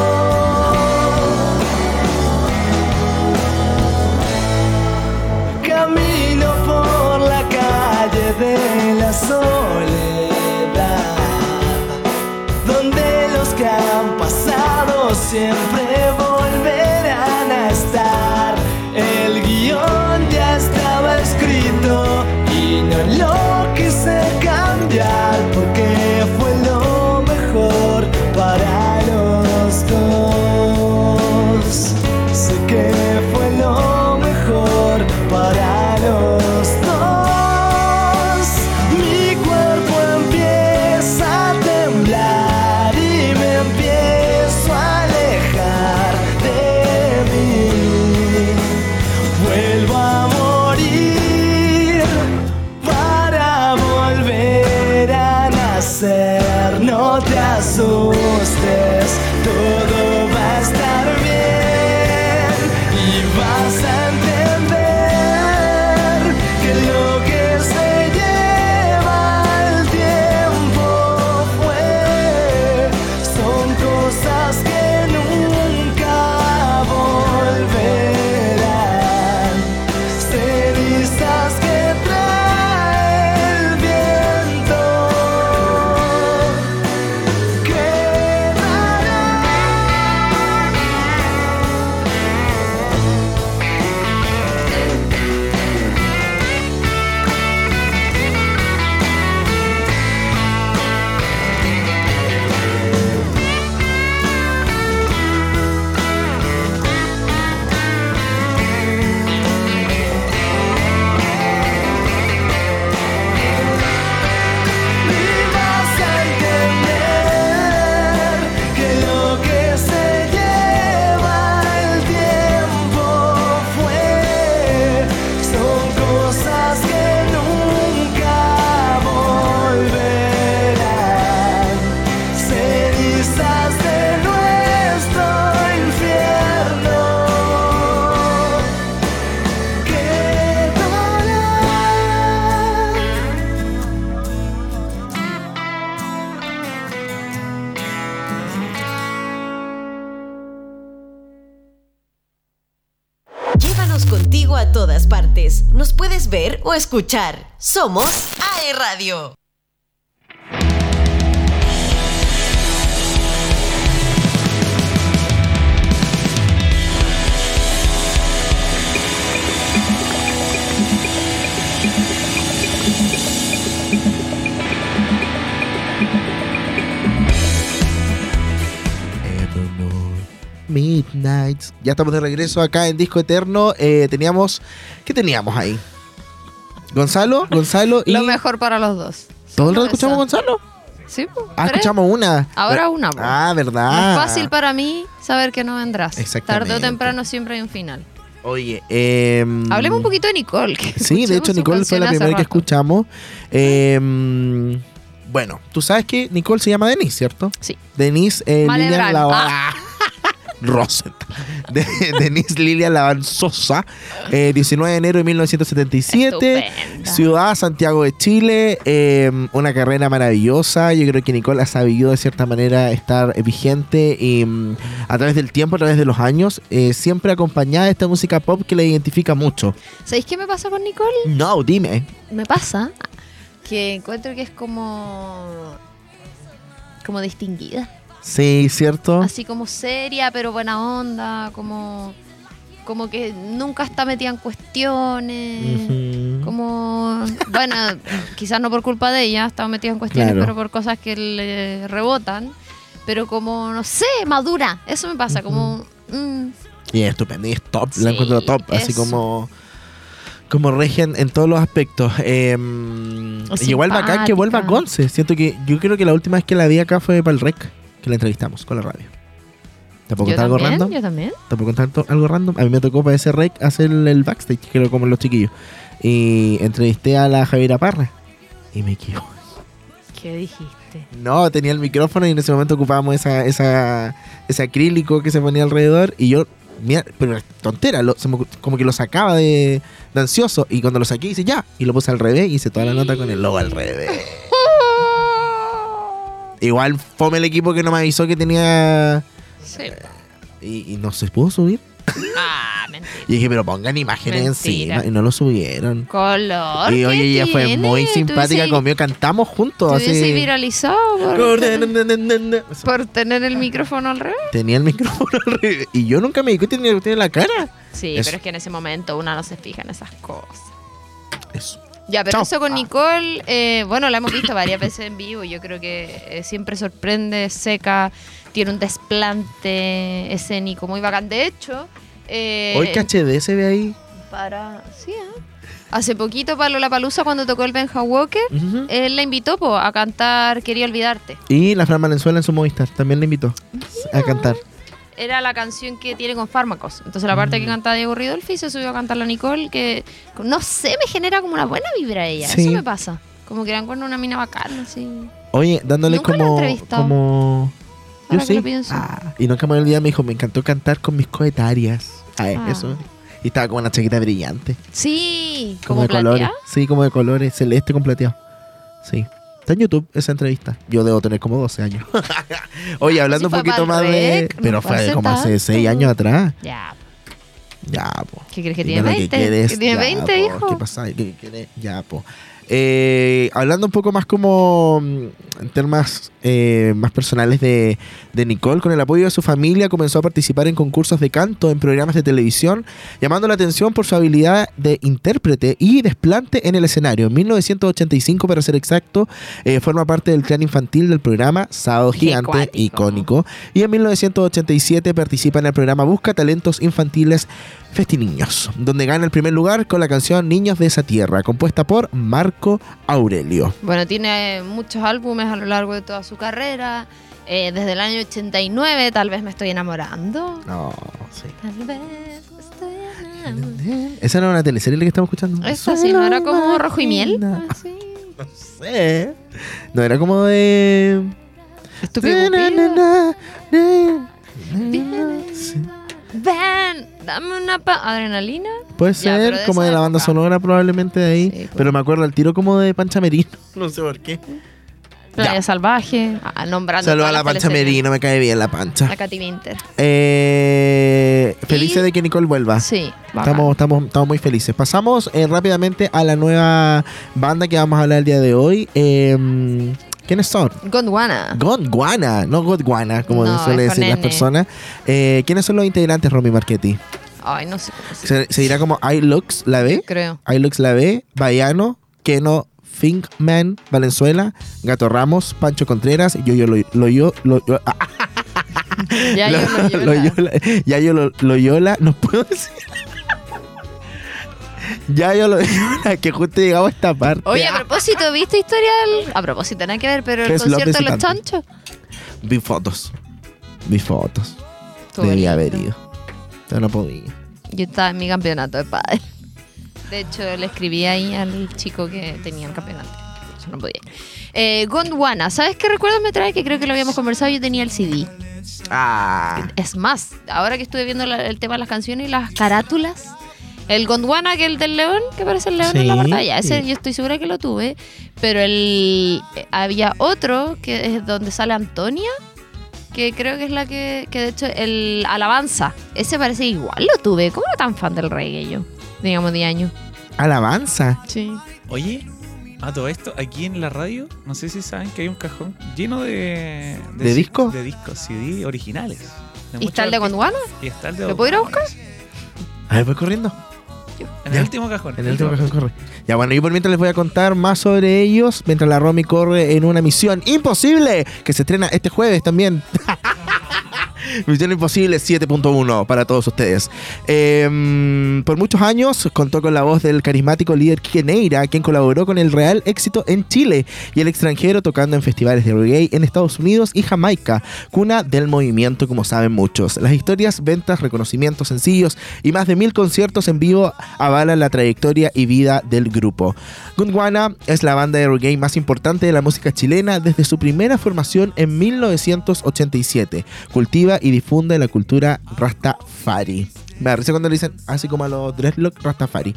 Speaker 7: Camino por la calle de la soledad, donde los que han pasado siempre volverán a estar. El guión ya estaba escrito y no lo quise cambiar porque fue lo mejor para los dos. Sé que fue lo mejor para los dos. Mi cuerpo empieza a temblar y me empiezo a alejar de mí. Vuelvo a morir para volver a nacer. No te asustes, todo va a estar bien y vas a entender que lo que se lleva el tiempo fue, son cosas que nunca volverán, cenizas que trae el viento.
Speaker 1: Llévanos contigo a todas partes. Nos puedes ver o escuchar. Somos A E Radio.
Speaker 2: Nights. Ya estamos de regreso acá en Disco Eterno. Eh, teníamos... ¿Qué teníamos ahí? Gonzalo, Gonzalo y...
Speaker 3: Lo mejor para los dos.
Speaker 2: ¿Todo el
Speaker 3: Solo
Speaker 2: rato escuchamos
Speaker 3: esa.
Speaker 2: Gonzalo?
Speaker 3: Sí, pues.
Speaker 2: Ah,
Speaker 3: ¿Tres?
Speaker 2: escuchamos una.
Speaker 3: Ahora una. Pues.
Speaker 2: Ah, verdad.
Speaker 3: No es fácil para mí saber que no vendrás.
Speaker 2: Exactamente.
Speaker 3: Tarde o temprano siempre hay un final.
Speaker 2: Oye, eh,
Speaker 3: Hablemos un poquito de Nicole. que
Speaker 2: Sí, de
Speaker 3: escuchemos
Speaker 2: hecho
Speaker 3: su
Speaker 2: Nicole fue
Speaker 3: canción
Speaker 2: la
Speaker 3: hace
Speaker 2: primera que
Speaker 3: rato.
Speaker 2: escuchamos. Eh, bueno, tú sabes que Nicole se llama Denise, ¿cierto?
Speaker 3: Sí.
Speaker 2: Denise eh,
Speaker 3: Malebrán.
Speaker 2: Lilian Lavan.
Speaker 3: Ah.
Speaker 2: Roset. De- Denise Lilian Lavan Sosa, eh, diecinueve de enero de mil novecientos setenta y siete,
Speaker 3: Estupenda.
Speaker 2: ciudad Santiago de Chile, eh, una carrera maravillosa. Yo creo que Nicole ha sabido de cierta manera estar eh, vigente y mm, a través del tiempo, a través de los años, eh, siempre acompañada de esta música pop que le identifica mucho.
Speaker 3: ¿Sabéis qué me pasa con Nicole?
Speaker 2: No, dime.
Speaker 3: Me pasa que encuentro que es como... como distinguida.
Speaker 2: Sí, ¿cierto?
Speaker 3: Así como seria, pero buena onda, como... como que nunca está metida en cuestiones.
Speaker 2: Ujú.
Speaker 3: Como... bueno, quizás no por culpa de ella, estaba metida en cuestiones,
Speaker 2: Claro.
Speaker 3: pero por cosas que le rebotan. Pero como, no sé, madura. Eso me pasa, como... mm,
Speaker 2: Y es estupendo, y es top,
Speaker 3: Sí,
Speaker 2: la encuentro top, así
Speaker 3: eso.
Speaker 2: como como regia en, en todos los aspectos. Eh, y igual bacán que vuelva a
Speaker 3: Simpática.
Speaker 2: Conce. Siento que yo creo que la última vez que la vi acá fue para el Rec, que la entrevistamos con la radio. ¿Te puedo
Speaker 3: yo
Speaker 2: contar algo
Speaker 3: también,
Speaker 2: random?
Speaker 3: yo también.
Speaker 2: ¿Te puedo contar to- algo random? A mí me tocó para ese Rec hacer el, el backstage, que era como los chiquillos. Y entrevisté a la Javiera Parra. Y me equivoqué.
Speaker 3: ¿Qué dijiste?
Speaker 2: No, tenía el micrófono y en ese momento ocupábamos esa, esa, ese acrílico que se ponía alrededor y yo, mira, pero es tontera, lo- se me ocu- como que lo sacaba de, de ansioso y cuando lo saqué hice ya y lo puse al revés y hice toda la nota con el logo al revés. Igual fome el equipo que no me avisó que tenía
Speaker 3: Sí.
Speaker 2: y, y no se pudo subir.
Speaker 3: Ah, mentira.
Speaker 2: Y dije, pero pongan imágenes
Speaker 3: Mentira.
Speaker 2: encima y no lo subieron.
Speaker 3: Color.
Speaker 2: Y oye,
Speaker 3: ¿qué
Speaker 2: ella fue
Speaker 3: tiene?
Speaker 2: muy simpática
Speaker 3: Tuviese-
Speaker 2: conmigo, cantamos juntos
Speaker 3: tuviese
Speaker 2: así.
Speaker 3: viralizado por, tener- por tener el micrófono al revés.
Speaker 2: Tenía el micrófono al revés. Y yo nunca me di cuenta que tenía tenía la cara.
Speaker 3: Sí,
Speaker 2: Eso.
Speaker 3: pero es que en ese momento uno no se fija en esas cosas.
Speaker 2: Eso.
Speaker 3: Ya, pero
Speaker 2: Chao.
Speaker 3: eso con Nicole, eh, bueno, la hemos visto varias veces en vivo. Yo creo que eh, siempre sorprende, seca, tiene un desplante escénico muy bacán. De hecho, eh,
Speaker 2: Hoy que H D se ve ahí.
Speaker 3: para. Sí, ¿eh? Hace poquito para Lollapalooza, cuando tocó el Benja Walker,
Speaker 2: Ujú.
Speaker 3: él la invitó po, a cantar Quería Olvidarte.
Speaker 2: Y la Fran Valenzuela en su Movistar también la invitó a cantar.
Speaker 3: Era la canción que tiene con Fármacos. Entonces la parte que canta Diego Ridolfi se subió a cantar la Nicole, que no sé, me genera como una buena vibra ella.
Speaker 2: Sí.
Speaker 3: Eso me pasa. Como que la encuentro una mina bacana, así.
Speaker 2: Oye, dándole
Speaker 3: Nunca la he
Speaker 2: como.
Speaker 3: entrevistado.
Speaker 2: como yo
Speaker 3: Ahora que
Speaker 2: sí.
Speaker 3: lo pienso.
Speaker 2: Ah, y nunca me olvidé, me dijo, me encantó cantar con mis coetarias. Ah,
Speaker 3: Ah.
Speaker 2: eso. Y estaba con una chaqueta brillante.
Speaker 3: Sí,
Speaker 2: Como,
Speaker 3: como,
Speaker 2: de colores.
Speaker 3: plateada.
Speaker 2: Sí, como de colores, celeste con plateado. Sí. Está en YouTube esa entrevista. Yo debo tener como doce años. Oye, hablando
Speaker 3: Sí
Speaker 2: un
Speaker 3: fue
Speaker 2: poquito
Speaker 3: pa'l
Speaker 2: más de.
Speaker 3: rec, no
Speaker 2: Pero
Speaker 3: fue
Speaker 2: fue
Speaker 3: hace
Speaker 2: como hace
Speaker 3: tanto.
Speaker 2: seis años atrás.
Speaker 3: Ya.
Speaker 2: Ya, po.
Speaker 3: ¿Qué crees que
Speaker 2: Dime
Speaker 3: tiene
Speaker 2: lo
Speaker 3: veinte?
Speaker 2: quieres,
Speaker 3: ¿Que tiene
Speaker 2: ya,
Speaker 3: veinte,
Speaker 2: po.
Speaker 3: hijo?
Speaker 2: ¿Qué pasa? ¿Qué quieres? Ya, po. Eh, hablando un poco más como mm, en temas eh, más personales de, de Nicole, con el apoyo de su familia comenzó a participar en concursos de canto en programas de televisión, llamando la atención por su habilidad de intérprete y desplante en el escenario. En mil novecientos ochenta y cinco, para ser exacto, eh, forma parte del clan infantil del programa Sábado
Speaker 3: Qué
Speaker 2: Gigante,
Speaker 3: cuático.
Speaker 2: icónico, y en mil novecientos ochenta y siete participa en el programa Busca Talentos Infantiles Festiniños, donde gana el primer lugar con la canción Niños de esa Tierra, compuesta por Marco Aurelio.
Speaker 3: Bueno, tiene muchos álbumes a lo largo de toda su carrera. Eh, desde el año ochenta y nueve, Tal vez me estoy enamorando.
Speaker 2: No, sí.
Speaker 3: Tal vez me estoy enamorando.
Speaker 2: ¿Esa no era una teleserie la que estamos escuchando?
Speaker 3: Esa sí, ¿no era como Rojo y Miel?
Speaker 2: No
Speaker 3: Así.
Speaker 2: sé. No era como de...
Speaker 3: Estúpido Cupido.
Speaker 2: Sí.
Speaker 3: Ven, dame una pa adrenalina.
Speaker 2: Puede
Speaker 3: Ya, pero
Speaker 2: ser
Speaker 3: de
Speaker 2: como
Speaker 3: esa
Speaker 2: de la banda
Speaker 3: época.
Speaker 2: sonora probablemente de ahí.
Speaker 3: Sí, pues.
Speaker 2: Pero me acuerdo al tiro como de Pancha Merino. No sé por qué.
Speaker 3: Playa Salvaje. Ah, nombrando.
Speaker 2: Saludos a
Speaker 3: todas
Speaker 2: la
Speaker 3: las
Speaker 2: Pancha
Speaker 3: teleseries.
Speaker 2: Merino, me cae bien la Pancha.
Speaker 3: La Katy Winter.
Speaker 2: Eh, felices
Speaker 3: Y-
Speaker 2: de que Nicole vuelva.
Speaker 3: Sí, bacán.
Speaker 2: Estamos, estamos, estamos muy felices. Pasamos eh, rápidamente a la nueva banda que vamos a hablar el día de hoy. Eh, ¿Quiénes son?
Speaker 3: Gondwana.
Speaker 2: Gondwana, no Gondwana, como
Speaker 3: No,
Speaker 2: suelen
Speaker 3: es con
Speaker 2: decir las
Speaker 3: N.
Speaker 2: personas. Eh, ¿Quiénes son los integrantes, Romy Marchetti?
Speaker 3: Ay, no sé cómo se
Speaker 2: Se, se dirá como iLux, la B.
Speaker 3: creo.
Speaker 2: iLux, la B. Baiano, Keno, Finkman, Valenzuela, Gato Ramos, Pancho Contreras, Yo Yo Lo, lo Yo. Lo, yo- ah,
Speaker 3: Ya yo
Speaker 2: Lo-
Speaker 3: lo
Speaker 2: Loyola. Yayo Lo- Loyola, no puedo decir. Yayo Loyola, que justo llegamos a esta parte.
Speaker 3: Oye, a propósito, ¿viste historia del... A propósito, nada que ver, pero el
Speaker 2: Fest Love
Speaker 3: concierto de los
Speaker 2: visitante.
Speaker 3: chanchos.
Speaker 2: Vi fotos. Vi fotos.
Speaker 3: Estuvo
Speaker 2: Debía
Speaker 3: lindo.
Speaker 2: haber ido. Pero no podía.
Speaker 3: Yo estaba en mi campeonato de pádel. De hecho, le escribí ahí al chico que tenía el campeonato. Yo no podía. Eh, Gondwana, ¿sabes qué recuerdo me trae? Que creo que lo habíamos conversado. Yo tenía el C D.
Speaker 2: Ah.
Speaker 3: Es más, ahora que estuve viendo la- el tema de las canciones y las carátulas, el Gondwana, que el del león, que parece el león en la
Speaker 2: Sí.
Speaker 3: pantalla, ese yo estoy segura que lo tuve. Pero el eh, había otro que es donde sale Antonia, que creo que es la que, que de hecho, el Alabanza, ese parece igual lo tuve. ¿Cómo era tan fan del reggae yo? Digamos, diez años.
Speaker 2: Alabanza.
Speaker 3: Sí.
Speaker 5: Oye, a todo esto, aquí en la radio, no sé si saben que hay un cajón lleno de...
Speaker 2: ¿De
Speaker 5: ci-
Speaker 2: discos?
Speaker 5: De discos, C D originales. De
Speaker 3: ¿Y
Speaker 5: muchos
Speaker 3: está el de
Speaker 5: artistas.
Speaker 3: Gondwana?
Speaker 5: Y está el de
Speaker 3: ¿Lo puedo ir a
Speaker 5: Gondwana.
Speaker 2: A ver, voy corriendo.
Speaker 5: En
Speaker 2: Ya.
Speaker 5: el último cajón.
Speaker 2: En el último cajón corre. Ya, bueno, yo por mientras les voy a contar más sobre ellos, mientras la Romy corre en una misión imposible que se estrena este jueves también. Misión Imposible siete punto uno para todos ustedes. Eh, por muchos años contó con la voz del carismático líder Quique Neira, quien colaboró con el real éxito en Chile y el extranjero, tocando en festivales de reggae en Estados Unidos y Jamaica, cuna del movimiento, como saben muchos. Las historias, ventas, reconocimientos sencillos y más de mil conciertos en vivo avalan la trayectoria y vida del grupo. Gondwana es la banda de reggae más importante de la música chilena desde su primera formación en mil novecientos ochenta y siete. Cultiva y difunde la cultura Rastafari. Me da risa cuando le dicen así como a los dreadlock Rastafari.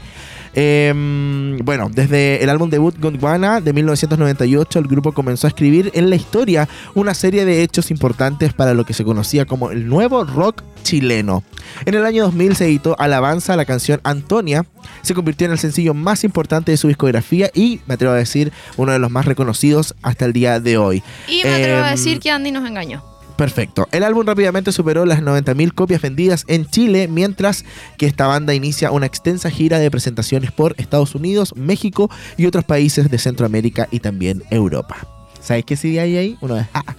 Speaker 2: Eh, bueno, desde el álbum debut Gondwana de mil novecientos noventa y ocho, el grupo comenzó a escribir en la historia una serie de hechos importantes para lo que se conocía como el nuevo rock chileno. En el año dos mil se editó Alabanza, la canción Antonia. Se convirtió en el sencillo más importante de su discografía y, me atrevo a decir, uno de los más reconocidos hasta el día de hoy.
Speaker 3: Y me atrevo a
Speaker 2: Em,
Speaker 3: decir que Andy nos engañó.
Speaker 2: Perfecto. El álbum rápidamente superó las noventa mil copias vendidas en Chile, mientras que esta banda inicia una extensa gira de presentaciones por Estados Unidos, México y otros países de Centroamérica y también Europa. ¿Sabes qué C D hay ahí? Uno de... Ah,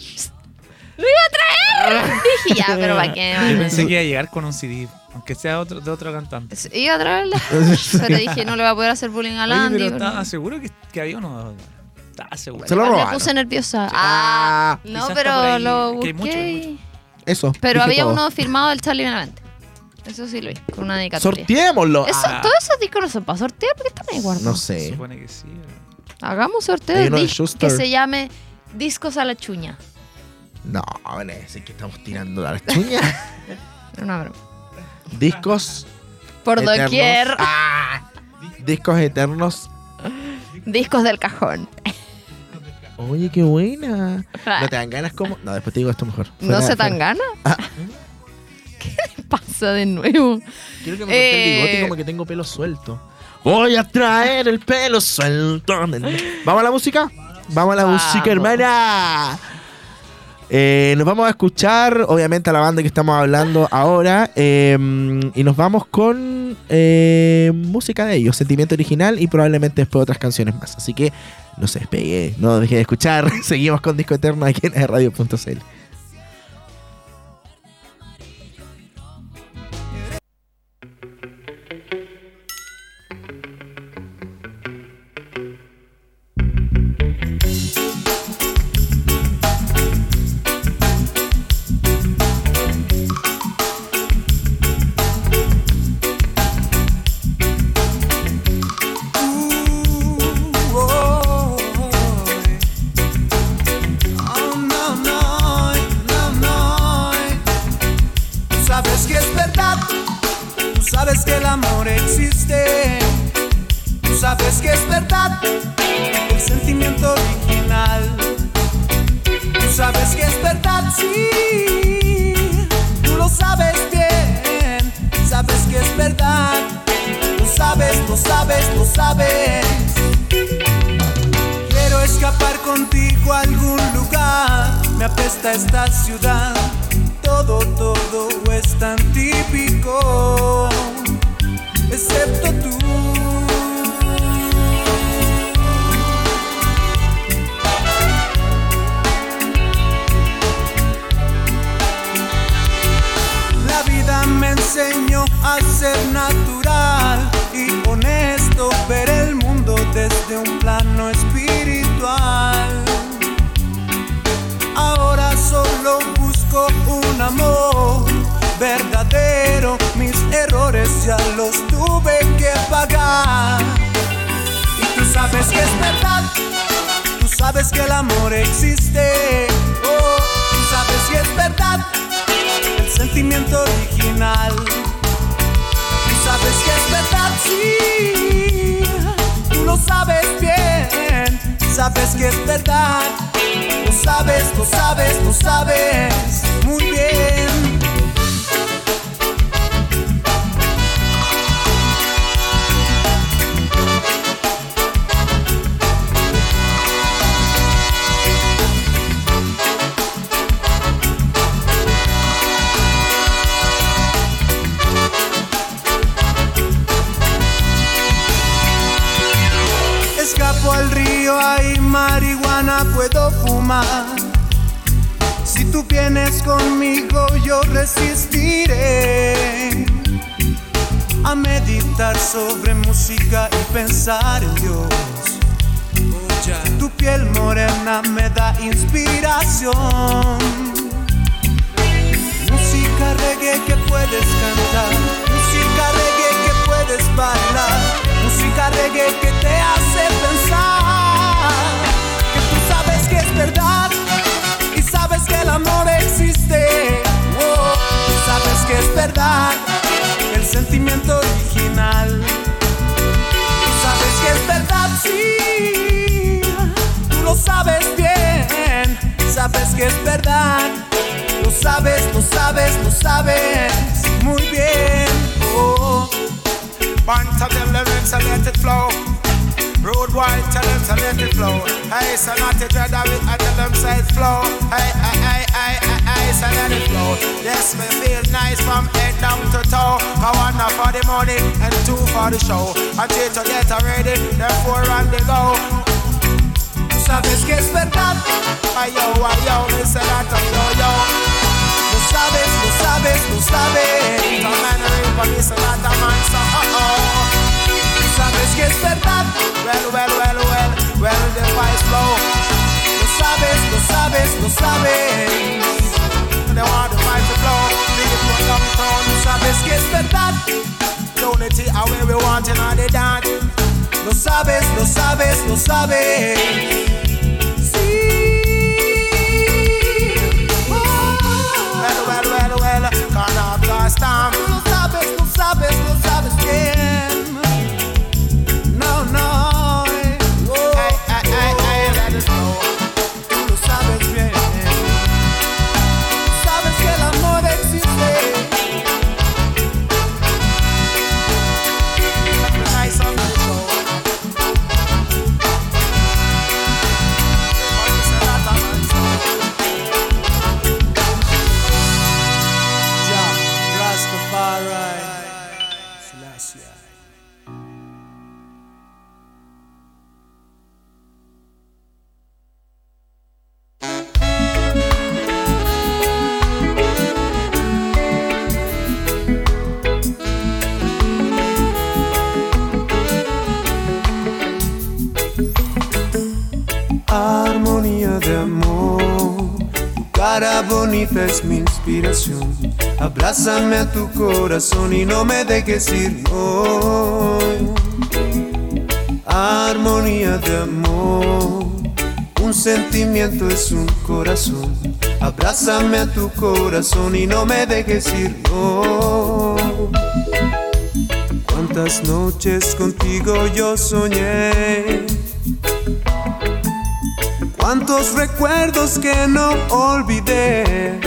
Speaker 3: Dije ya, pero ¿para qué?
Speaker 5: Yo pensé que iba a llegar con un C D, aunque sea otro, de otro cantante.
Speaker 3: Iba a traerla. Pero dije, no le va a poder hacer bullying al
Speaker 5: Oye,
Speaker 3: Andy.
Speaker 5: pero
Speaker 3: porque-
Speaker 5: estaba seguro que, que había uno. Estaba seguro.
Speaker 2: Se lo
Speaker 3: Igual me
Speaker 2: robaron.
Speaker 3: puse nerviosa.
Speaker 2: Ah,
Speaker 3: Ah, no,
Speaker 5: quizás está
Speaker 3: pero
Speaker 5: por ahí,
Speaker 3: lo
Speaker 5: que hay mucho,
Speaker 3: busqué.
Speaker 5: hay
Speaker 3: y-
Speaker 2: Eso.
Speaker 3: Pero
Speaker 2: dije
Speaker 3: había
Speaker 2: todo.
Speaker 3: uno firmado del Charlie Benavente. Eso sí lo vi, con una dedicatoria.
Speaker 2: ¡Sorteémoslo!
Speaker 3: Eso,
Speaker 2: Ah,
Speaker 3: Todos esos discos no son para sortear porque están ahí guardados.
Speaker 2: no
Speaker 5: Se
Speaker 2: sé.
Speaker 5: supone que sí.
Speaker 3: Hagamos sorteo
Speaker 2: Hay
Speaker 3: de
Speaker 2: uno de
Speaker 3: disco
Speaker 2: Schuster.
Speaker 3: que se llame Discos a la Chuña.
Speaker 2: No, bueno, es que estamos tirando la chuña.
Speaker 3: Era una broma.
Speaker 2: Discos
Speaker 3: Por
Speaker 2: eternos.
Speaker 3: doquier.
Speaker 2: Ah, discos eternos.
Speaker 3: Discos del cajón.
Speaker 2: Oye, qué buena. ¿No te dan ganas como...? No, después te digo esto mejor.
Speaker 3: ¿No
Speaker 2: Fuera-
Speaker 3: se
Speaker 2: fuera.
Speaker 3: tan gana?
Speaker 2: Ah.
Speaker 3: ¿Qué le pasa de nuevo?
Speaker 2: Quiero que me corte el
Speaker 3: Eh.
Speaker 2: bigote como que tengo pelo suelto. Voy a traer el pelo suelto. ¿Vamos a la música? Vamos a la
Speaker 3: Vamos.
Speaker 2: música, hermana. Eh, nos vamos a escuchar, obviamente, a la banda que estamos hablando ahora. eh, y nos vamos con eh, música de ellos, sentimiento original y probablemente después otras canciones más. Así que no se despegue, no deje de escuchar. Seguimos con Disco Eterno aquí en radio punto c l.
Speaker 7: Oh, no, no, no, no. Tú sabes que es verdad, tú sabes que el amor existe, tú sabes que es verdad, el sentimiento original, tú sabes que es verdad, sí, tú lo sabes bien, sabes que es verdad, lo sabes, lo sabes, lo sabes. Quiero escapar contigo a algún lugar. Me apesta esta ciudad. Todo, todo es tan típico, excepto tú. verdadero, mis errores ya los tuve que pagar. Y tú sabes que es verdad, tú sabes que el amor existe. Oh, tú sabes que es verdad, el sentimiento original. Tú sabes que es verdad, sí, tú lo sabes bien. Sabes que es verdad, lo sabes, lo sabes, lo sabes muy bien. Escapo al río, hay marihuana, puedo fumar. Si tú vienes conmigo, yo resistiré a meditar sobre música y pensar en Dios. Tu piel morena me da inspiración. Música reggae que puedes cantar, música reggae que puedes bailar, música reggae que te hace pensar que tú sabes que es verdad y sabes que el amor existe. Oh, tú sabes que es verdad, el sentimiento original. Tú sabes que es verdad, sí, tú lo sabes bien. Sabes que es verdad, lo sabes, lo sabes, lo sabes muy bien. Oh.
Speaker 9: Bunch of them lyrics and let it flow. Road wide, tell them to let it flow. Hey, so not to dread of it, I tell them say it flow. Hey, hey, hey, hey, hey, hey, so let it flow. Yes, me feel nice from head down to toe. I want one for the money and two for the show. I three to get ready, therefore run the go.
Speaker 7: Tú sabes que es verdad.
Speaker 9: Ay yo, ay yo, me say that of yo, yo.
Speaker 7: Lo sabes, lo sabes, lo sabes.
Speaker 9: The man real police and not a man, so uh-oh.
Speaker 7: Tú sabes que es verdad.
Speaker 9: Well, well, well, well, well, the voice flow.
Speaker 7: Lo sabes, lo sabes, lo sabes.
Speaker 9: They want the voice to flow. Big it from downtown.
Speaker 7: Tú sabes que es verdad.
Speaker 9: Unity are where we want in all the dance.
Speaker 7: Lo sabes, lo sabes, lo sabes. Sí.
Speaker 9: Well, well, well, well, gone up last time.
Speaker 7: Lo sabes, lo sabes, lo sabes bien. No, no. Oh,
Speaker 9: hey, hey, hey, hey, let it go.
Speaker 7: Tú lo sabes bien. Sabes que el amor existe.
Speaker 9: Nice on the show.
Speaker 7: Armonía de amor, tu cara bonita es mi inspiración. Abrázame a tu corazón y no me dejes ir, no. Armonía de amor, un sentimiento es un corazón. Abrázame a tu corazón y no me dejes ir, no. Cuántas noches contigo yo soñé, cuántos recuerdos que no olvidé.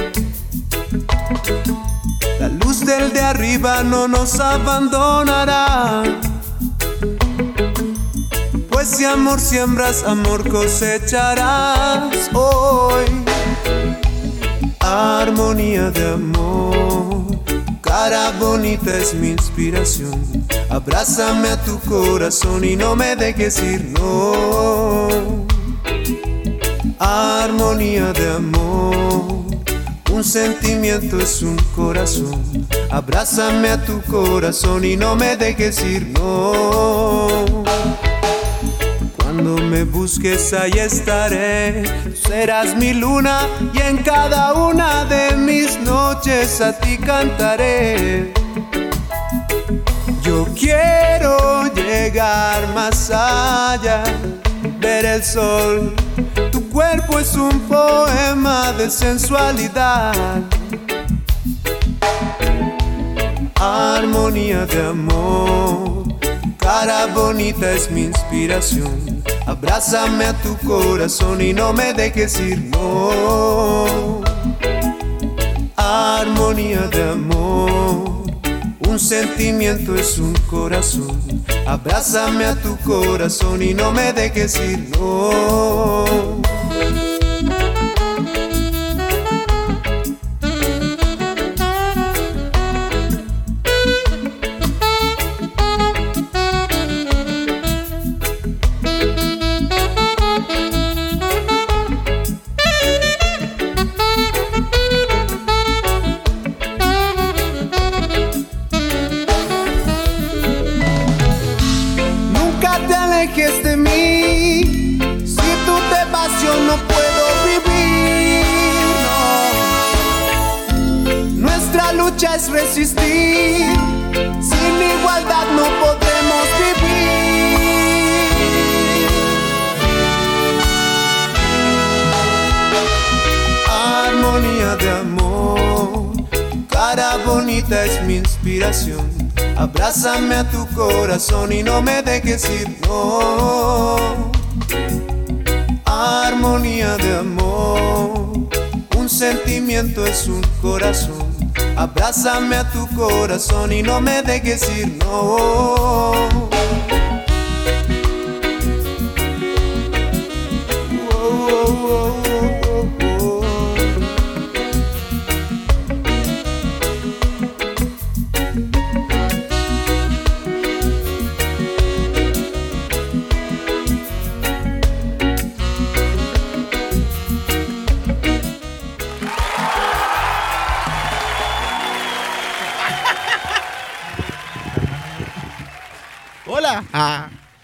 Speaker 7: La luz del de arriba no nos abandonará, pues si amor siembras, amor cosecharás hoy. Armonía de amor, cara bonita es mi inspiración. Abrázame a tu corazón y no me dejes ir, no. Armonía de amor, un sentimiento es un corazón. Abrázame a tu corazón y no me dejes ir, no. Cuando me busques ahí estaré. Tú serás mi luna y en cada una de mis noches a ti cantaré. Yo quiero llegar más allá, ver el sol. Tu cuerpo es un poema de sensualidad. Armonía de amor, cara bonita es mi inspiración. Abrázame a tu corazón y no me dejes ir, no. Armonía de amor, un sentimiento es un corazón. Abrázame a tu corazón y no me dejes ir, no. De mí, si tú te vas yo no puedo vivir, no. Nuestra lucha es resistir, sin igualdad no podremos vivir. Armonía de amor, cara bonita es mi inspiración. Abrázame a tu corazón y no me dejes ir, no. Armonía de amor, un sentimiento es un corazón. Abrázame a tu corazón y no me dejes ir, no.
Speaker 2: Hola. Ah.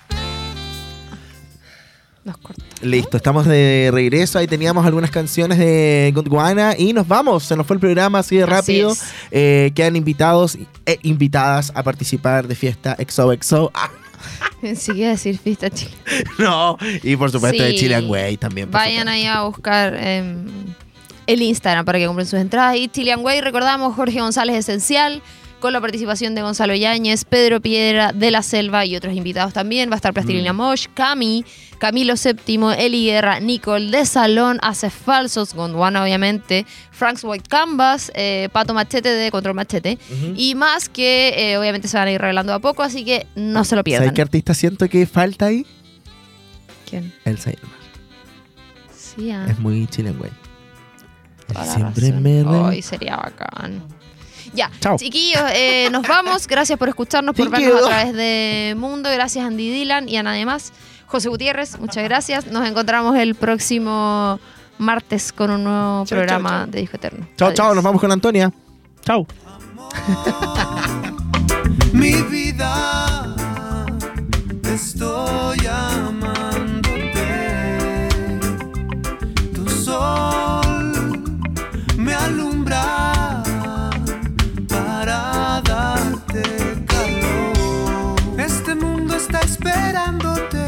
Speaker 3: Nos cortó.
Speaker 2: Listo, estamos de regreso. Ahí teníamos algunas canciones de Gondwana y nos vamos. Se nos fue el programa así de rápido.
Speaker 3: Así es.
Speaker 2: Eh, quedan invitados e invitadas a participar de Fiesta X O X O. Ah.
Speaker 3: Pensé que iba a decir Fiesta Chile.
Speaker 2: No, y por supuesto
Speaker 3: Sí.
Speaker 2: de Chilean Way también. por
Speaker 3: Vayan
Speaker 2: supuesto.
Speaker 3: ahí a buscar eh, el Instagram para que compren sus entradas. Y Chilean Way, recordamos, Jorge González Esencial, con la participación de Gonzalo Yáñez, Pedro Piedra de la Selva y otros invitados también. Va a estar Plastilina mm. Mosh, Cami, Camilo Séptimo, Eli Guerra, Nicole de Salón, Hace Falsos, Gondwana obviamente, Frank's White Canvas, eh, Pato Machete de Control Machete uh-huh. y más que eh, obviamente se van a ir revelando a poco, así que no se lo pierdan.
Speaker 2: ¿Sabes qué artista siento que falta ahí?
Speaker 3: ¿Quién?
Speaker 2: Elsa Ilmar.
Speaker 3: Sí, ah.
Speaker 2: Es muy Chilean Way.
Speaker 3: Siempre me re... Ay, sería bacán. Ya, Chao. Chiquillos, eh, nos vamos. Gracias por escucharnos, por vernos a través de Mundo. Gracias a Andy Dylan y a nadie más. José Gutiérrez, muchas gracias. Nos encontramos el próximo martes con un nuevo chau, programa chau, chau. de Disco Eterno.
Speaker 2: Chao, chao. Nos vamos con Antonia. Chao.
Speaker 7: Mi vida, estoy amándote. Tu sol me alumbra. Esperándote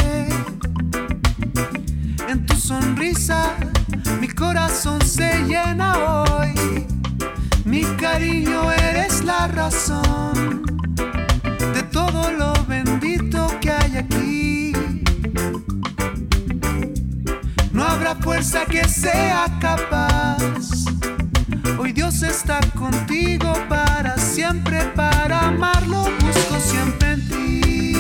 Speaker 7: en tu sonrisa, mi corazón se llena hoy. Mi cariño, eres la razón de todo lo bendito que hay aquí. No habrá fuerza que sea capaz. Hoy Dios está contigo para siempre, para amarlo busco siempre en ti.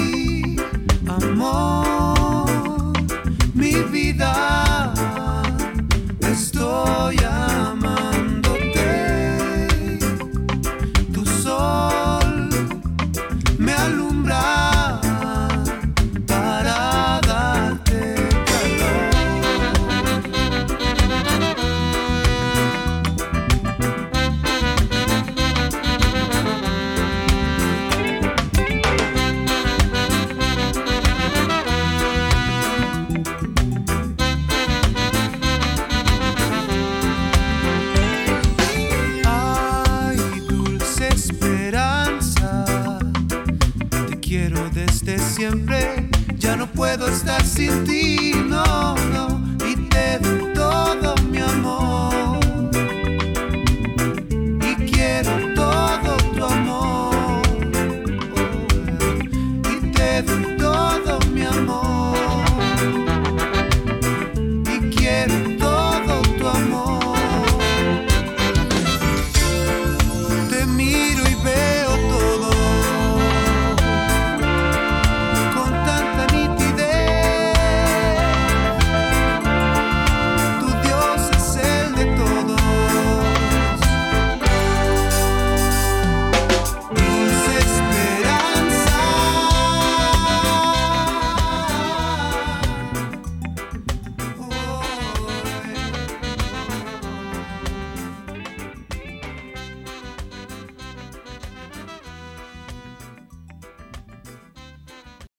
Speaker 7: Amor, mi vida, estoy amándote. Tu sol me alumbra para darte calor. quiero desde siempre, ya no puedo estar sin ti, no, no, y te doy todo mi amor, y quiero todo tu amor, oh, y te doy